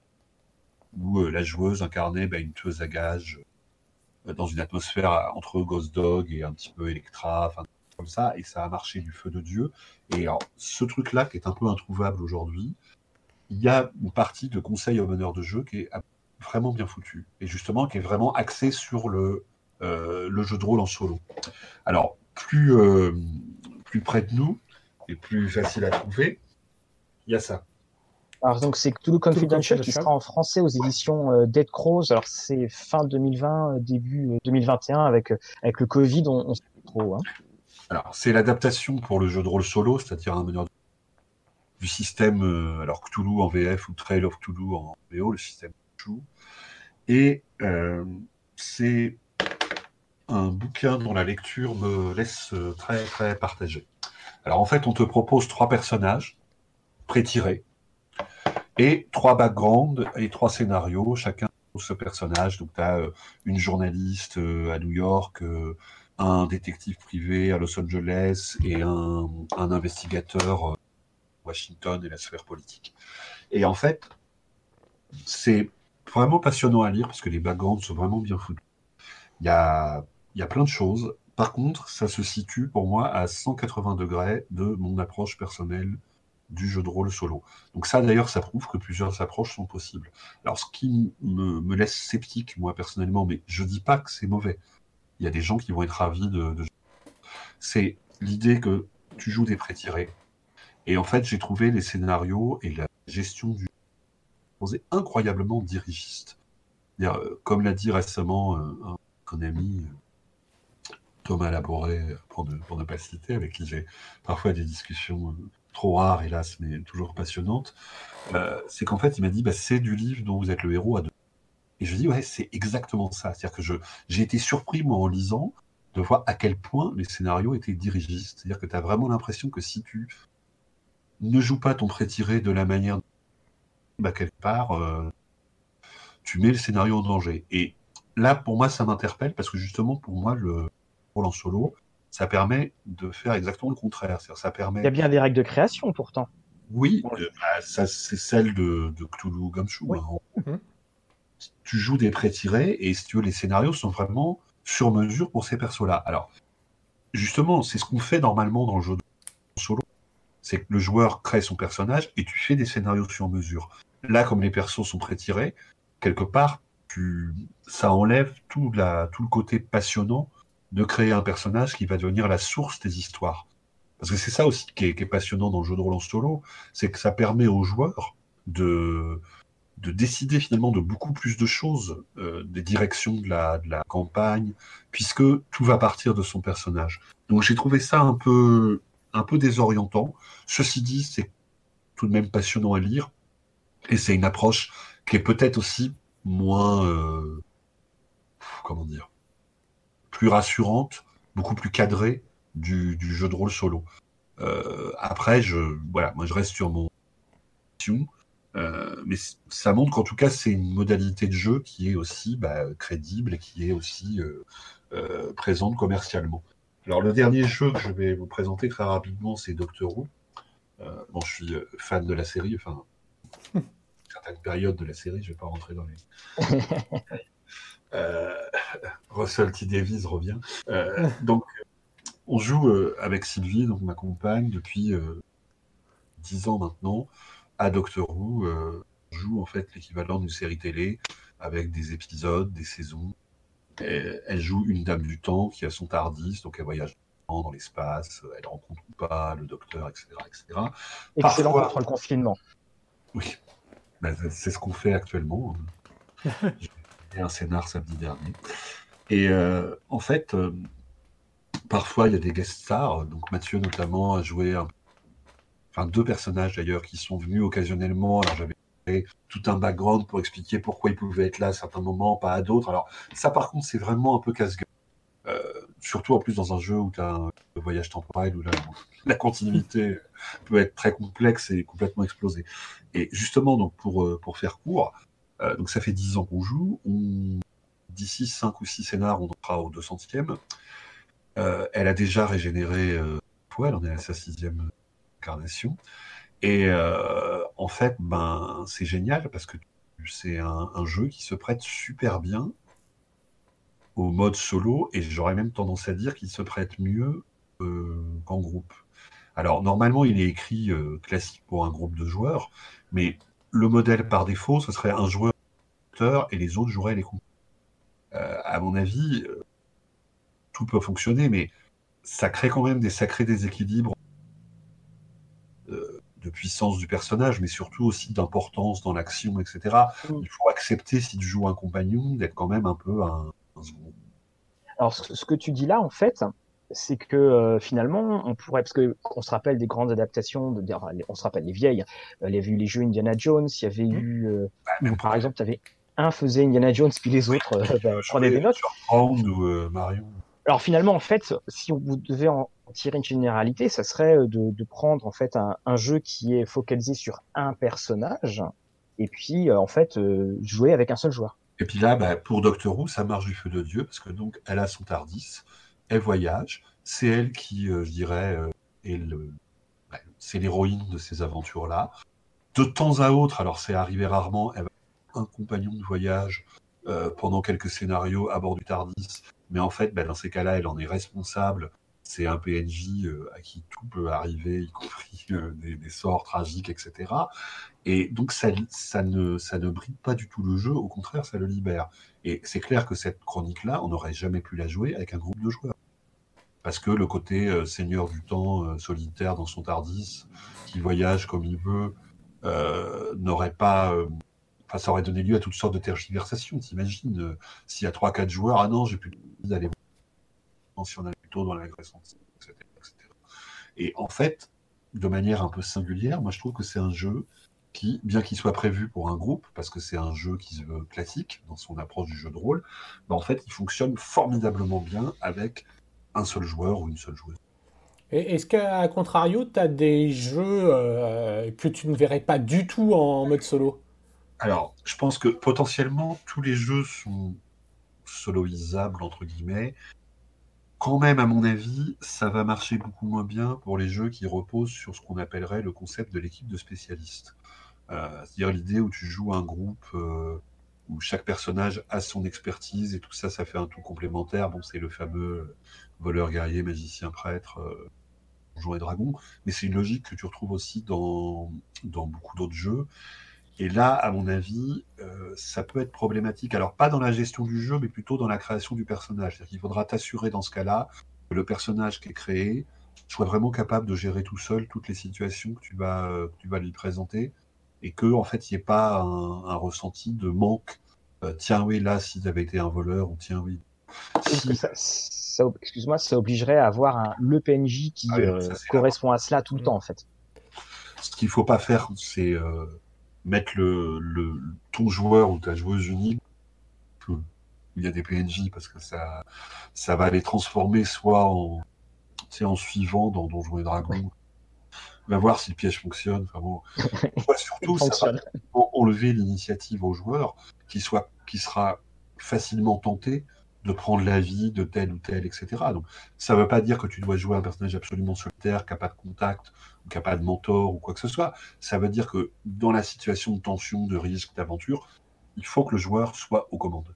où euh, la joueuse incarnait bah, une tueuse à gages euh, dans une atmosphère euh, entre Ghost Dog et un petit peu Electra, enfin comme ça, et ça a marché du feu de Dieu. Et alors, ce truc-là, qui est un peu introuvable aujourd'hui, il y a une partie de conseil au meneur de jeu qui est vraiment bien foutue, et justement qui est vraiment axée sur le, euh, le jeu de rôle en solo. Alors, plus, euh, plus près de nous, et plus facile à trouver, il y a ça. Alors donc c'est Cthulhu Tout le Confidential qui confidential. sera en français aux éditions euh, Dead Crows. Alors c'est fin deux mille vingt, euh, début euh, deux mille vingt et un avec euh, avec le Covid, on, on sait pas trop. Hein. Alors, c'est l'adaptation pour le jeu de rôle solo, c'est-à-dire un meneur de du système, euh, alors Cthulhu en V F ou Trail of Cthulhu en V O, le système Cthulhu. Et euh, c'est un bouquin dont la lecture me laisse euh, très très partagé. Alors en fait, on te propose trois personnages pré-tirés et trois backgrounds et trois scénarios, chacun pour ce personnage. Donc tu as euh, une journaliste euh, à New York, euh, un détective privé à Los Angeles et un, un investigateur euh, à Washington et la sphère politique. Et en fait, c'est vraiment passionnant à lire parce que les backgrounds sont vraiment bien foutus. Il y a, il y a plein de choses. Par contre, ça se situe pour moi à cent quatre-vingts degrés de mon approche personnelle du jeu de rôle solo. Donc ça, d'ailleurs, ça prouve que plusieurs approches sont possibles. Alors, ce qui me, me laisse sceptique, moi, personnellement, mais je dis pas que c'est mauvais. Il y a des gens qui vont être ravis de... de... C'est l'idée que tu joues des pré-tirés. Et en fait, j'ai trouvé les scénarios et la gestion du jeu incroyablement dirigiste. Euh, Comme l'a dit récemment euh, un, un ami, Thomas Laboré, pour ne, pour ne pas citer, avec qui j'ai parfois des discussions euh, trop rares, hélas, mais toujours passionnantes, euh, c'est qu'en fait, il m'a dit, bah, c'est du livre dont vous êtes le héros à deux. Et je dis, ouais, c'est exactement ça. C'est-à-dire que je, j'ai été surpris, moi, en lisant, de voir à quel point les scénarios étaient dirigistes. C'est-à-dire que tu as vraiment l'impression que si tu ne joues pas ton pré-tiré de la manière, bah, quelque part, euh, tu mets le scénario en danger. Et là, pour moi, ça m'interpelle parce que justement, pour moi, le rôle en solo, ça permet de faire exactement le contraire. C'est-à-dire, ça Il y a permet, bien des règles de création pourtant. oui, Bon, euh, bah, ça, c'est celle de, de Cthulhu Gumshoe. oui. Hein. Mhm. Tu joues des pré-tirés et si tu veux, les scénarios sont vraiment sur mesure pour ces persos-là. Alors, justement, c'est ce qu'on fait normalement dans le jeu de solo. C'est que le joueur crée son personnage et tu fais des scénarios sur mesure. Là, comme les persos sont pré-tirés, quelque part, tu, ça enlève tout, la, tout le côté passionnant de créer un personnage qui va devenir la source des histoires. Parce que c'est ça aussi qui est, qui est passionnant dans le jeu de rôle en solo, c'est que ça permet aux joueurs de, de décider finalement de beaucoup plus de choses, euh, des directions de la, de la campagne, puisque tout va partir de son personnage. Donc j'ai trouvé ça un peu, un peu désorientant. Ceci dit, c'est tout de même passionnant à lire, et c'est une approche qui est peut-être aussi moins, euh, comment dire, plus rassurante, beaucoup plus cadrée du, du jeu de rôle solo. Euh, après, je, voilà, moi je reste sur mon option, euh, mais ça montre qu'en tout cas c'est une modalité de jeu qui est aussi bah, crédible et qui est aussi euh, euh, présente commercialement. Alors le dernier jeu que je vais vous présenter très rapidement, c'est Doctor Who. Euh, bon, je suis fan de la série, enfin certaines périodes de la série, je vais pas rentrer dans les. Euh, Russell T Davies revient. Euh, donc, on joue euh, avec Sylvie, donc ma compagne, depuis euh, dix ans maintenant, à Doctor Who. Euh, on joue en fait l'équivalent d'une série télé avec des épisodes, des saisons. Et elle joue une dame du temps qui a son TARDIS, donc elle voyage dans l'espace, elle rencontre ou pas le docteur, et cetera, et cetera. Excellent Parfois, contre le confinement. oui. Ben, c'est- c'est ce qu'on fait actuellement. J'ai fait un scénar samedi dernier. Et euh, en fait, euh, parfois, il y a des guest stars. Donc Mathieu, notamment, a joué un- enfin, deux personnages, d'ailleurs, qui sont venus occasionnellement. Alors, j'avais fait tout un background pour expliquer pourquoi ils pouvaient être là à certains moments, pas à d'autres. Alors, ça, par contre, c'est vraiment un peu casse-gueule. Euh, surtout, en plus, dans un jeu où tu as un voyage temporel, où la, la continuité peut être très complexe et complètement explosée. Et justement, donc, pour, euh, pour faire court, euh, donc ça fait dix ans qu'on joue. On... D'ici cinq ou six scénars, on en sera au deux centième. Euh, elle a déjà régénéré, euh, ouais, elle en est à sa sixième incarnation. Et euh, en fait, ben, c'est génial parce que c'est un, un jeu qui se prête super bien au mode solo, et j'aurais même tendance à dire qu'il se prête mieux euh, qu'en groupe. Alors, normalement, il est écrit euh, classique pour un groupe de joueurs, mais le modèle par défaut, ce serait un joueur et les autres joueraient les coups. Euh, à mon avis, euh, tout peut fonctionner, mais ça crée quand même des sacrés déséquilibres euh, de puissance du personnage, mais surtout aussi d'importance dans l'action, et cetera. Mm. Il faut accepter, si tu joues un compagnon, d'être quand même un peu un, un second. Alors, ce, ce que tu dis là, en fait, c'est que euh, finalement, on pourrait, parce que on se rappelle des grandes adaptations, de, de- enfin, les- on se rappelle les vieilles, euh, il y avait eu les jeux Indiana Jones, il y avait Mm. eu, euh, Bah, où, même par pour exemple, tu avais un faisait Indiana Jones, puis les autres euh, bah, prenaient des jouer notes. sur Round ou euh, Mario. Alors finalement, en fait, si on vous devait en tirer une généralité, ça serait euh, de, de prendre en fait un, un jeu qui est focalisé sur un personnage, et puis euh, en fait euh, jouer avec un seul joueur. Et puis là, bah, pour Doctor Who, ça marche du feu de Dieu, parce que donc, elle a son TARDIS, elle voyage, c'est elle qui, euh, je dirais, euh, est le, bah, c'est l'héroïne de ces aventures-là. De temps à autre, alors c'est arrivé rarement, elle va avoir un compagnon de voyage euh, pendant quelques scénarios à bord du TARDIS, mais en fait, bah, dans ces cas-là, elle en est responsable. C'est un P N J euh, à qui tout peut arriver, y compris euh, des, des sorts tragiques, et cetera. Et donc ça, ça, ne, ça ne bride pas du tout le jeu, au contraire, ça le libère. Et c'est clair que cette chronique-là, on n'aurait jamais pu la jouer avec un groupe de joueurs. Parce que le côté euh, seigneur du temps, euh, solitaire dans son TARDIS, qui voyage comme il veut, euh, n'aurait pas... euh, Enfin, ça aurait donné lieu à toutes sortes de tergiversations. T'imagines, euh, s'il y a trois quatre joueurs, ah non, j'ai plus envie d'aller voir si on allait plutôt dans l'agressant, et cetera, et cetera. Et en fait, de manière un peu singulière, moi je trouve que c'est un jeu qui, bien qu'il soit prévu pour un groupe, parce que c'est un jeu qui se veut classique dans son approche du jeu de rôle, bah en fait, il fonctionne formidablement bien avec un seul joueur ou une seule joueuse. Et est-ce qu'à contrario, tu as des jeux euh, que tu ne verrais pas du tout en mode solo? Alors, je pense que potentiellement, tous les jeux sont soloisables, entre guillemets. Quand même, à mon avis, ça va marcher beaucoup moins bien pour les jeux qui reposent sur ce qu'on appellerait le concept de l'équipe de spécialistes. Euh, c'est-à-dire l'idée où tu joues un groupe euh, où chaque personnage a son expertise et tout ça, ça fait un tout complémentaire. Bon, c'est le fameux voleur, guerrier, magicien, prêtre, euh, donjon et dragon, mais c'est une logique que tu retrouves aussi dans, dans beaucoup d'autres jeux. Et là, à mon avis, euh, ça peut être problématique. Alors, pas dans la gestion du jeu, mais plutôt dans la création du personnage. C'est-à-dire qu'il faudra t'assurer dans ce cas-là que le personnage qui est créé soit vraiment capable de gérer tout seul toutes les situations que tu vas, euh, que tu vas lui présenter et que, en fait, il n'y ait pas un, un ressenti de manque. Euh, tiens, oui, là, s'il avait été un voleur, ou tiens, oui. Parce que Si... ça, ça excuse-moi, ça obligerait à avoir un, le P N J qui Ah oui, non, euh, ça, c'est correspond à cela tout le Mm. temps en fait. Ce qu'il faut pas faire, c'est euh, mettre le, le, ton joueur ou ta joueuse unique où il y a des P N J parce que ça, ça va les transformer soit en, tu sais, en suivant dans Donjons et Dragons. On va voir si le piège fonctionne. Enfin bon. Ouais, surtout, ça va enlever l'initiative au joueur qui, soit, qui sera facilement tenté de prendre l'avis de tel ou tel, et cetera. Donc, ça ne veut pas dire que tu dois jouer un personnage absolument solitaire, qui n'a pas de contact, ou qui n'a pas de mentor, ou quoi que ce soit. Ça veut dire que dans la situation de tension, de risque, d'aventure, il faut que le joueur soit aux commandes.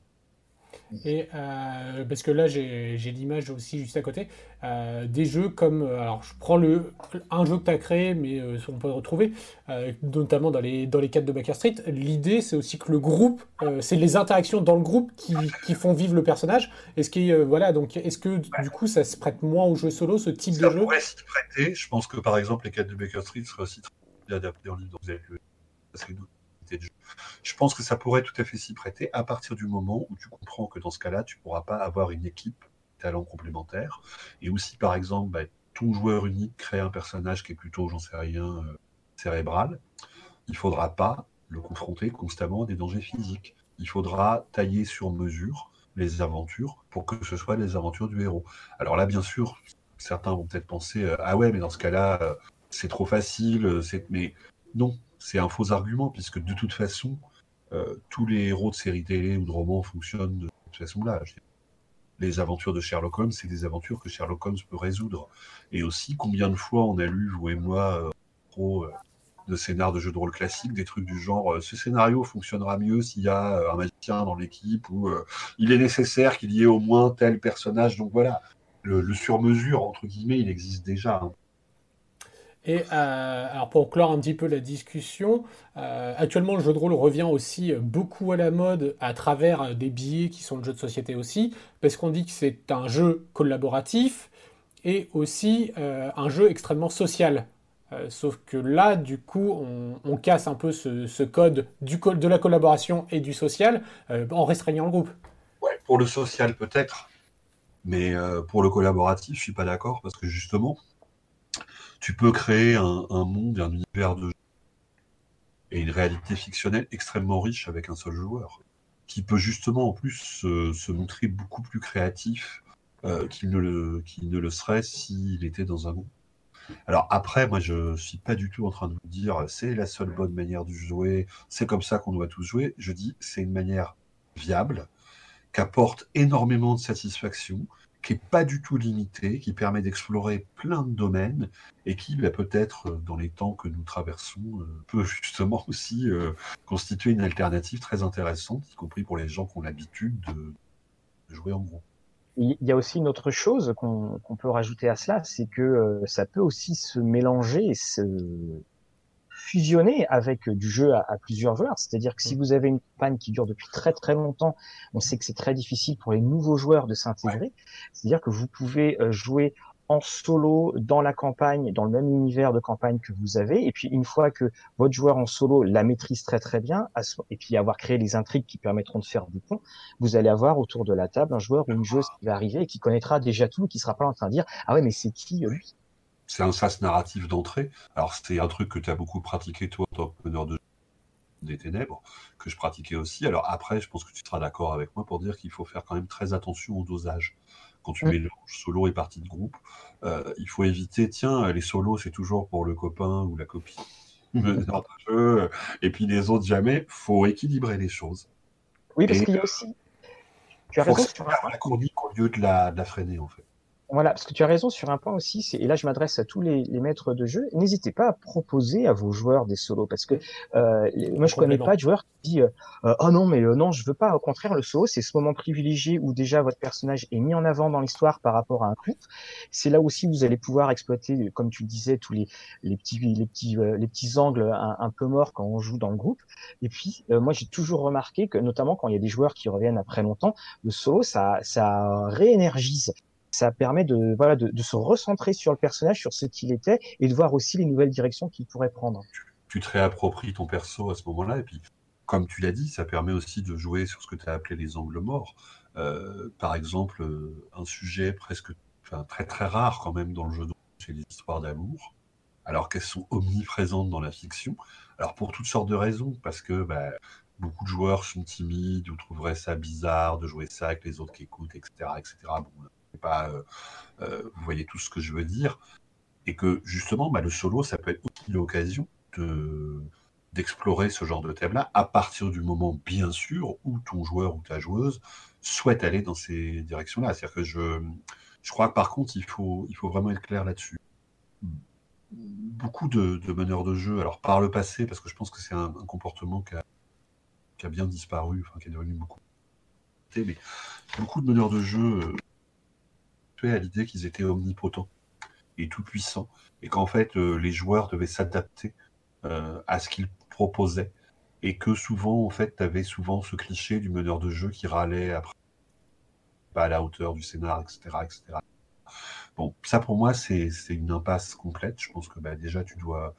Et euh, parce que là, j'ai j'ai l'image aussi juste à côté. Euh, des jeux comme. euh, Alors, je prends le, un jeu que tu as créé, mais euh, on peut le retrouver, euh, notamment dans les, dans les cadres de Baker Street. L'idée, c'est aussi que le groupe, euh, c'est les interactions dans le groupe qui, qui font vivre le personnage. Est-ce que, euh, voilà, donc, est-ce que du coup, ça se prête moins au jeu solo, ce type Ça de jeu? pourrait s'y prêter. Je pense que par exemple, les quêtes de Baker Street seraient aussi très adaptées en ligne. Vous avez le... C'est une modalités de jeu. Je pense que ça pourrait tout à fait s'y prêter à partir du moment où tu comprends que dans ce cas-là, tu ne pourras pas avoir une équipe talent complémentaire. Et aussi, par exemple, bah, ton joueur unique crée un personnage qui est plutôt, j'en sais rien, euh, cérébral. Il ne faudra pas le confronter constamment à des dangers physiques. Il faudra tailler sur mesure les aventures pour que ce soit les aventures du héros. Alors là, bien sûr, certains vont peut-être penser euh, ah ouais, mais dans ce cas-là, euh, c'est trop facile. C'est... Mais non, c'est un faux argument, puisque de toute façon, euh, tous les héros de séries télé ou de romans fonctionnent de cette façon-là. Je veux dire, les aventures de Sherlock Holmes, c'est des aventures que Sherlock Holmes peut résoudre. Et aussi, combien de fois on a lu, vous et moi, euh, pro, euh, de scénars de jeux de rôle classiques, des trucs du genre euh, ce scénario fonctionnera mieux s'il y a euh, un magicien dans l'équipe, ou euh, il est nécessaire qu'il y ait au moins tel personnage. Donc voilà, le, le sur-mesure, entre guillemets, il existe déjà. Hein. Et euh, alors pour clore un petit peu la discussion, euh, actuellement le jeu de rôle revient aussi beaucoup à la mode à travers des biais qui sont le jeu de société aussi, parce qu'on dit que c'est un jeu collaboratif et aussi euh, un jeu extrêmement social. Euh, sauf que là, du coup, on, on casse un peu ce, ce code du co- de la collaboration et du social euh, en restreignant le groupe. Ouais, pour le social peut-être, mais euh, pour le collaboratif, je suis pas d'accord, parce que justement, tu peux créer un, un monde et un univers de jeu et une réalité fictionnelle extrêmement riche avec un seul joueur, qui peut justement en plus se, se montrer beaucoup plus créatif euh, qu'il ne le, qu'il ne le serait s'il était dans un groupe. Alors après, moi je suis pas du tout en train de vous dire c'est la seule bonne manière de jouer, c'est comme ça qu'on doit tous jouer. Je dis c'est une manière viable, qui apporte énormément de satisfaction, qui est pas du tout limitée, qui permet d'explorer plein de domaines et qui, bah, peut-être, euh, dans les temps que nous traversons, euh, peut justement aussi euh, constituer une alternative très intéressante, y compris pour les gens qui ont l'habitude de, de jouer en groupe. Il y a aussi une autre chose qu'on qu'on peut rajouter à cela, c'est que euh, ça peut aussi se mélanger et se fusionner avec du jeu à, à plusieurs joueurs. C'est-à-dire que si vous avez une campagne qui dure depuis très très longtemps, on sait que c'est très difficile pour les nouveaux joueurs de s'intégrer. C'est-à-dire que vous pouvez euh, jouer en solo dans la campagne, dans le même univers de campagne que vous avez, et puis une fois que votre joueur en solo la maîtrise très très bien, et puis avoir créé les intrigues qui permettront de faire du pont, vous allez avoir autour de la table un joueur ou une joueuse qui va arriver et qui connaîtra déjà tout, qui sera pas en train de dire ah ouais mais c'est qui lui. C'est un sas narratif d'entrée. Alors c'est un truc que tu as beaucoup pratiqué toi en tant que meneur de jeu des ténèbres, que je pratiquais aussi. Alors après, je pense que tu seras d'accord avec moi pour dire qu'il faut faire quand même très attention au dosage. Quand tu Mm. mélanges solo et partie de groupe, euh, il faut éviter, tiens, les solos, c'est toujours pour le copain ou la copine meneur de jeu, et puis les autres jamais. Faut équilibrer les choses. Oui, parce Et qu'il y a aussi, tu as faut que raison ça sur un serve point. la chronique au lieu de la, de la freiner, en fait. Voilà, parce que tu as raison sur un point aussi, c'est, et là je m'adresse à tous les, les maîtres de jeu, n'hésitez pas à proposer à vos joueurs des solos, parce que euh, les- moi je connais pas de joueur qui dit euh, euh, oh non mais euh, non je veux pas, au contraire le solo c'est ce moment privilégié où déjà votre personnage est mis en avant dans l'histoire par rapport à un groupe. C'est là aussi où vous allez pouvoir exploiter, comme tu le disais, tous les, les petits les petits euh, les petits angles un, un peu morts quand on joue dans le groupe. Et puis euh, moi j'ai toujours remarqué que notamment quand il y a des joueurs qui reviennent après longtemps, le solo ça ça réénergise. Ça permet de, voilà, de, de se recentrer sur le personnage, sur ce qu'il était, et de voir aussi les nouvelles directions qu'il pourrait prendre. Tu te réappropries ton perso à ce moment-là, et puis, comme tu l'as dit, ça permet aussi de jouer sur ce que tu as appelé les angles morts. Euh, par exemple, euh, un sujet presque, enfin, très très rare quand même dans le jeu de rôle, c'est les histoires d'amour, alors qu'elles sont omniprésentes dans la fiction. Alors pour toutes sortes de raisons, parce que bah, beaucoup de joueurs sont timides ou trouveraient ça bizarre de jouer ça avec les autres qui écoutent, et cetera, et cetera. Bon, c'est pas, euh, euh, vous voyez tout ce que je veux dire, et que justement, bah, le solo, ça peut être aussi l'occasion de d'explorer ce genre de thème-là, à partir du moment, bien sûr, où ton joueur ou ta joueuse souhaite aller dans ces directions-là. C'est-à-dire que je, je crois que par contre, il faut, il faut vraiment être clair là-dessus. Beaucoup de, de meneurs de jeu, alors par le passé, parce que je pense que c'est un, un comportement qui a, qui a bien disparu, enfin qui est devenu beaucoup, mais beaucoup de meneurs de jeu euh, à l'idée qu'ils étaient omnipotents et tout puissants, et qu'en fait euh, les joueurs devaient s'adapter euh, à ce qu'ils proposaient, et que souvent en fait tu avais souvent ce cliché du meneur de jeu qui râlait après pas à la hauteur du scénar, etc., etc. Bon, ça pour moi c'est c'est une impasse complète. Je pense que bah, déjà tu dois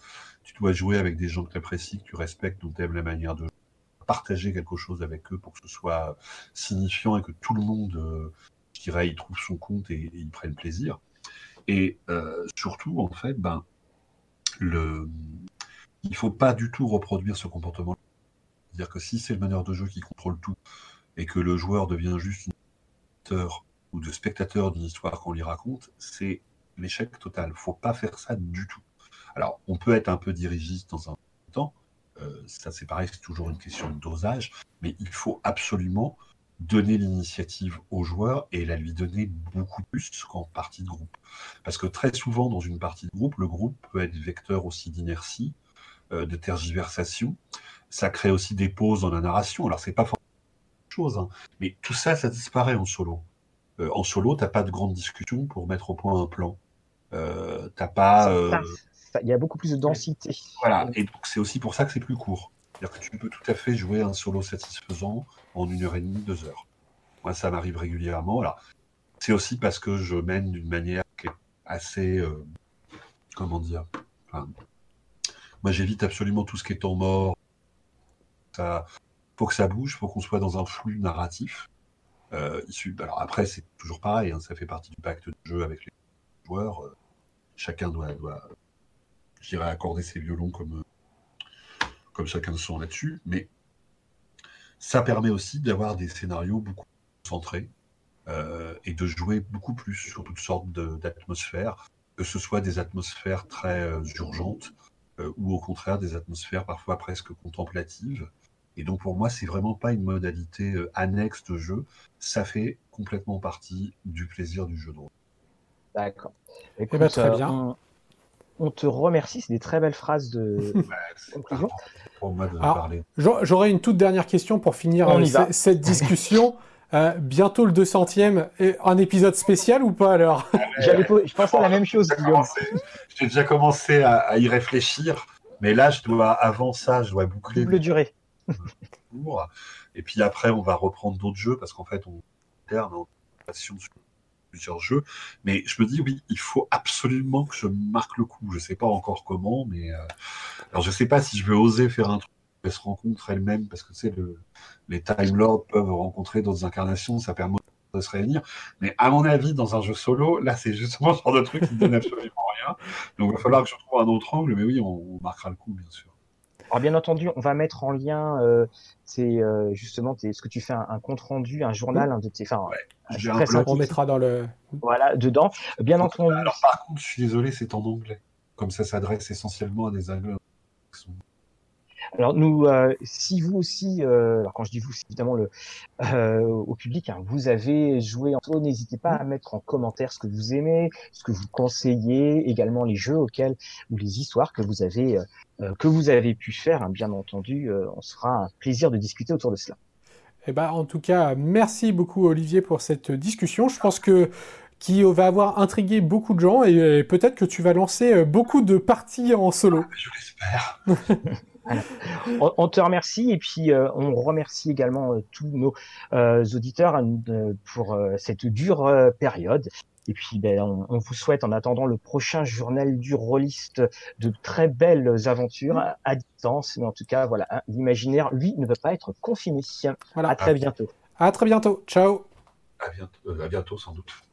tu dois jouer avec des gens très précis que tu respectes, dont tu aimes la manière de partager quelque chose avec eux pour que ce soit signifiant et que tout le monde, euh, je dirais, y trouve son compte et, et y prenne plaisir. Et euh, surtout, en fait, ben, le... il ne faut pas du tout reproduire ce comportement. C'est-à-dire que si c'est le meneur de jeu qui contrôle tout et que le joueur devient juste une spectateur ou de spectateur d'une histoire qu'on lui raconte, c'est l'échec total. Il ne faut pas faire ça du tout. Alors, on peut être un peu dirigiste dans un temps, euh, ça c'est pareil, c'est toujours une question de dosage, mais il faut absolument donner l'initiative au joueur et la lui donner beaucoup plus qu'en partie de groupe. Parce que très souvent, dans une partie de groupe, le groupe peut être vecteur aussi d'inertie, euh, de tergiversation. Ça crée aussi des pauses dans la narration. Alors, c'est pas forcément une chose, hein, mais tout ça, ça disparaît en solo. Euh, en solo, t'as pas de grande discussion pour mettre au point un plan. Euh, t'as pas... Euh... Il y a beaucoup plus de densité. Voilà, et donc c'est aussi pour ça que c'est plus court. C'est-à-dire que tu peux tout à fait jouer un solo satisfaisant en une heure et demie, deux heures. Moi, ça m'arrive régulièrement. Alors, c'est aussi parce que je mène d'une manière qui est assez... Euh, comment dire enfin, moi, j'évite absolument tout ce qui est temps mort. Ça, faut que ça bouge, faut qu'on soit dans un flux narratif. Euh, issu... Alors après, c'est toujours pareil, hein, ça fait partie du pacte de jeu avec les joueurs. Euh, chacun doit, doit, je dirais, accorder ses violons comme... comme chacun le sent là-dessus, mais ça permet aussi d'avoir des scénarios beaucoup plus centrés euh, et de jouer beaucoup plus sur toutes sortes de, d'atmosphères, que ce soit des atmosphères très euh, urgentes euh, ou au contraire des atmosphères parfois presque contemplatives. Et donc pour moi, c'est vraiment pas une modalité euh, annexe de jeu, ça fait complètement partie du plaisir du jeu de rôle. D'accord. Écoute, eh ben, très bien. Euh, on... on te remercie, c'est des très belles phrases de conclusion. Pour moi de Alors, parler. J'aurais une toute dernière question pour finir euh, c- cette discussion. euh, bientôt le deux centième, un épisode spécial ou pas alors? J'avais, Je pensais à la même chose, Guillaume. J'ai déjà commencé à, à y réfléchir, mais là, je dois, avant ça, je dois boucler. Double durée. Et puis après, on va reprendre d'autres jeux parce qu'en fait, on alterne en passion sur plusieurs jeux. Mais je me dis, oui, il faut absolument que je marque le coup. Je sais pas encore comment, mais euh... alors je sais pas si je vais oser faire un truc où elles se rencontrent elles-mêmes parce que tu sais, le... les Time Lords peuvent rencontrer d'autres incarnations, ça permet de se réunir. Mais à mon avis, dans un jeu solo, là, c'est justement ce genre de truc qui ne donne absolument rien. Donc il va falloir que je trouve un autre angle, mais oui, on, on marquera le coup, bien sûr. Alors bien entendu, on va mettre en lien, euh, c'est euh, justement t'es, ce que tu fais un, un compte rendu, un journal, un de tes, enfin, ouais, un un on mettra dans le, voilà, dedans. Bien entendu. Alors par contre, je suis désolé, c'est en anglais, comme ça s'adresse essentiellement à des Anglais. Alors nous, euh, si vous aussi, euh, alors quand je dis vous, c'est évidemment le euh, au public, hein, vous avez joué en solo, n'hésitez pas à mettre en commentaire ce que vous aimez, ce que vous conseillez, également les jeux auxquels ou les histoires que vous avez euh, que vous avez pu faire. Hein, bien entendu, euh, on sera un plaisir de discuter autour de cela. Eh ben, en tout cas, merci beaucoup Olivier pour cette discussion. Je pense que qui va avoir intrigué beaucoup de gens et peut-être que tu vas lancer beaucoup de parties en solo. Je l'espère. Alors, on, on te remercie et puis euh, on remercie également euh, tous nos euh, auditeurs euh, pour euh, cette dure euh, période. Et puis ben, on, on vous souhaite en attendant le prochain journal du rôliste de très belles aventures à, à distance. Mais en tout cas, voilà, hein, l'imaginaire, lui, ne peut pas être confiné. Voilà. À très bientôt. À très bientôt. Ciao. À bientôt, euh, à bientôt sans doute.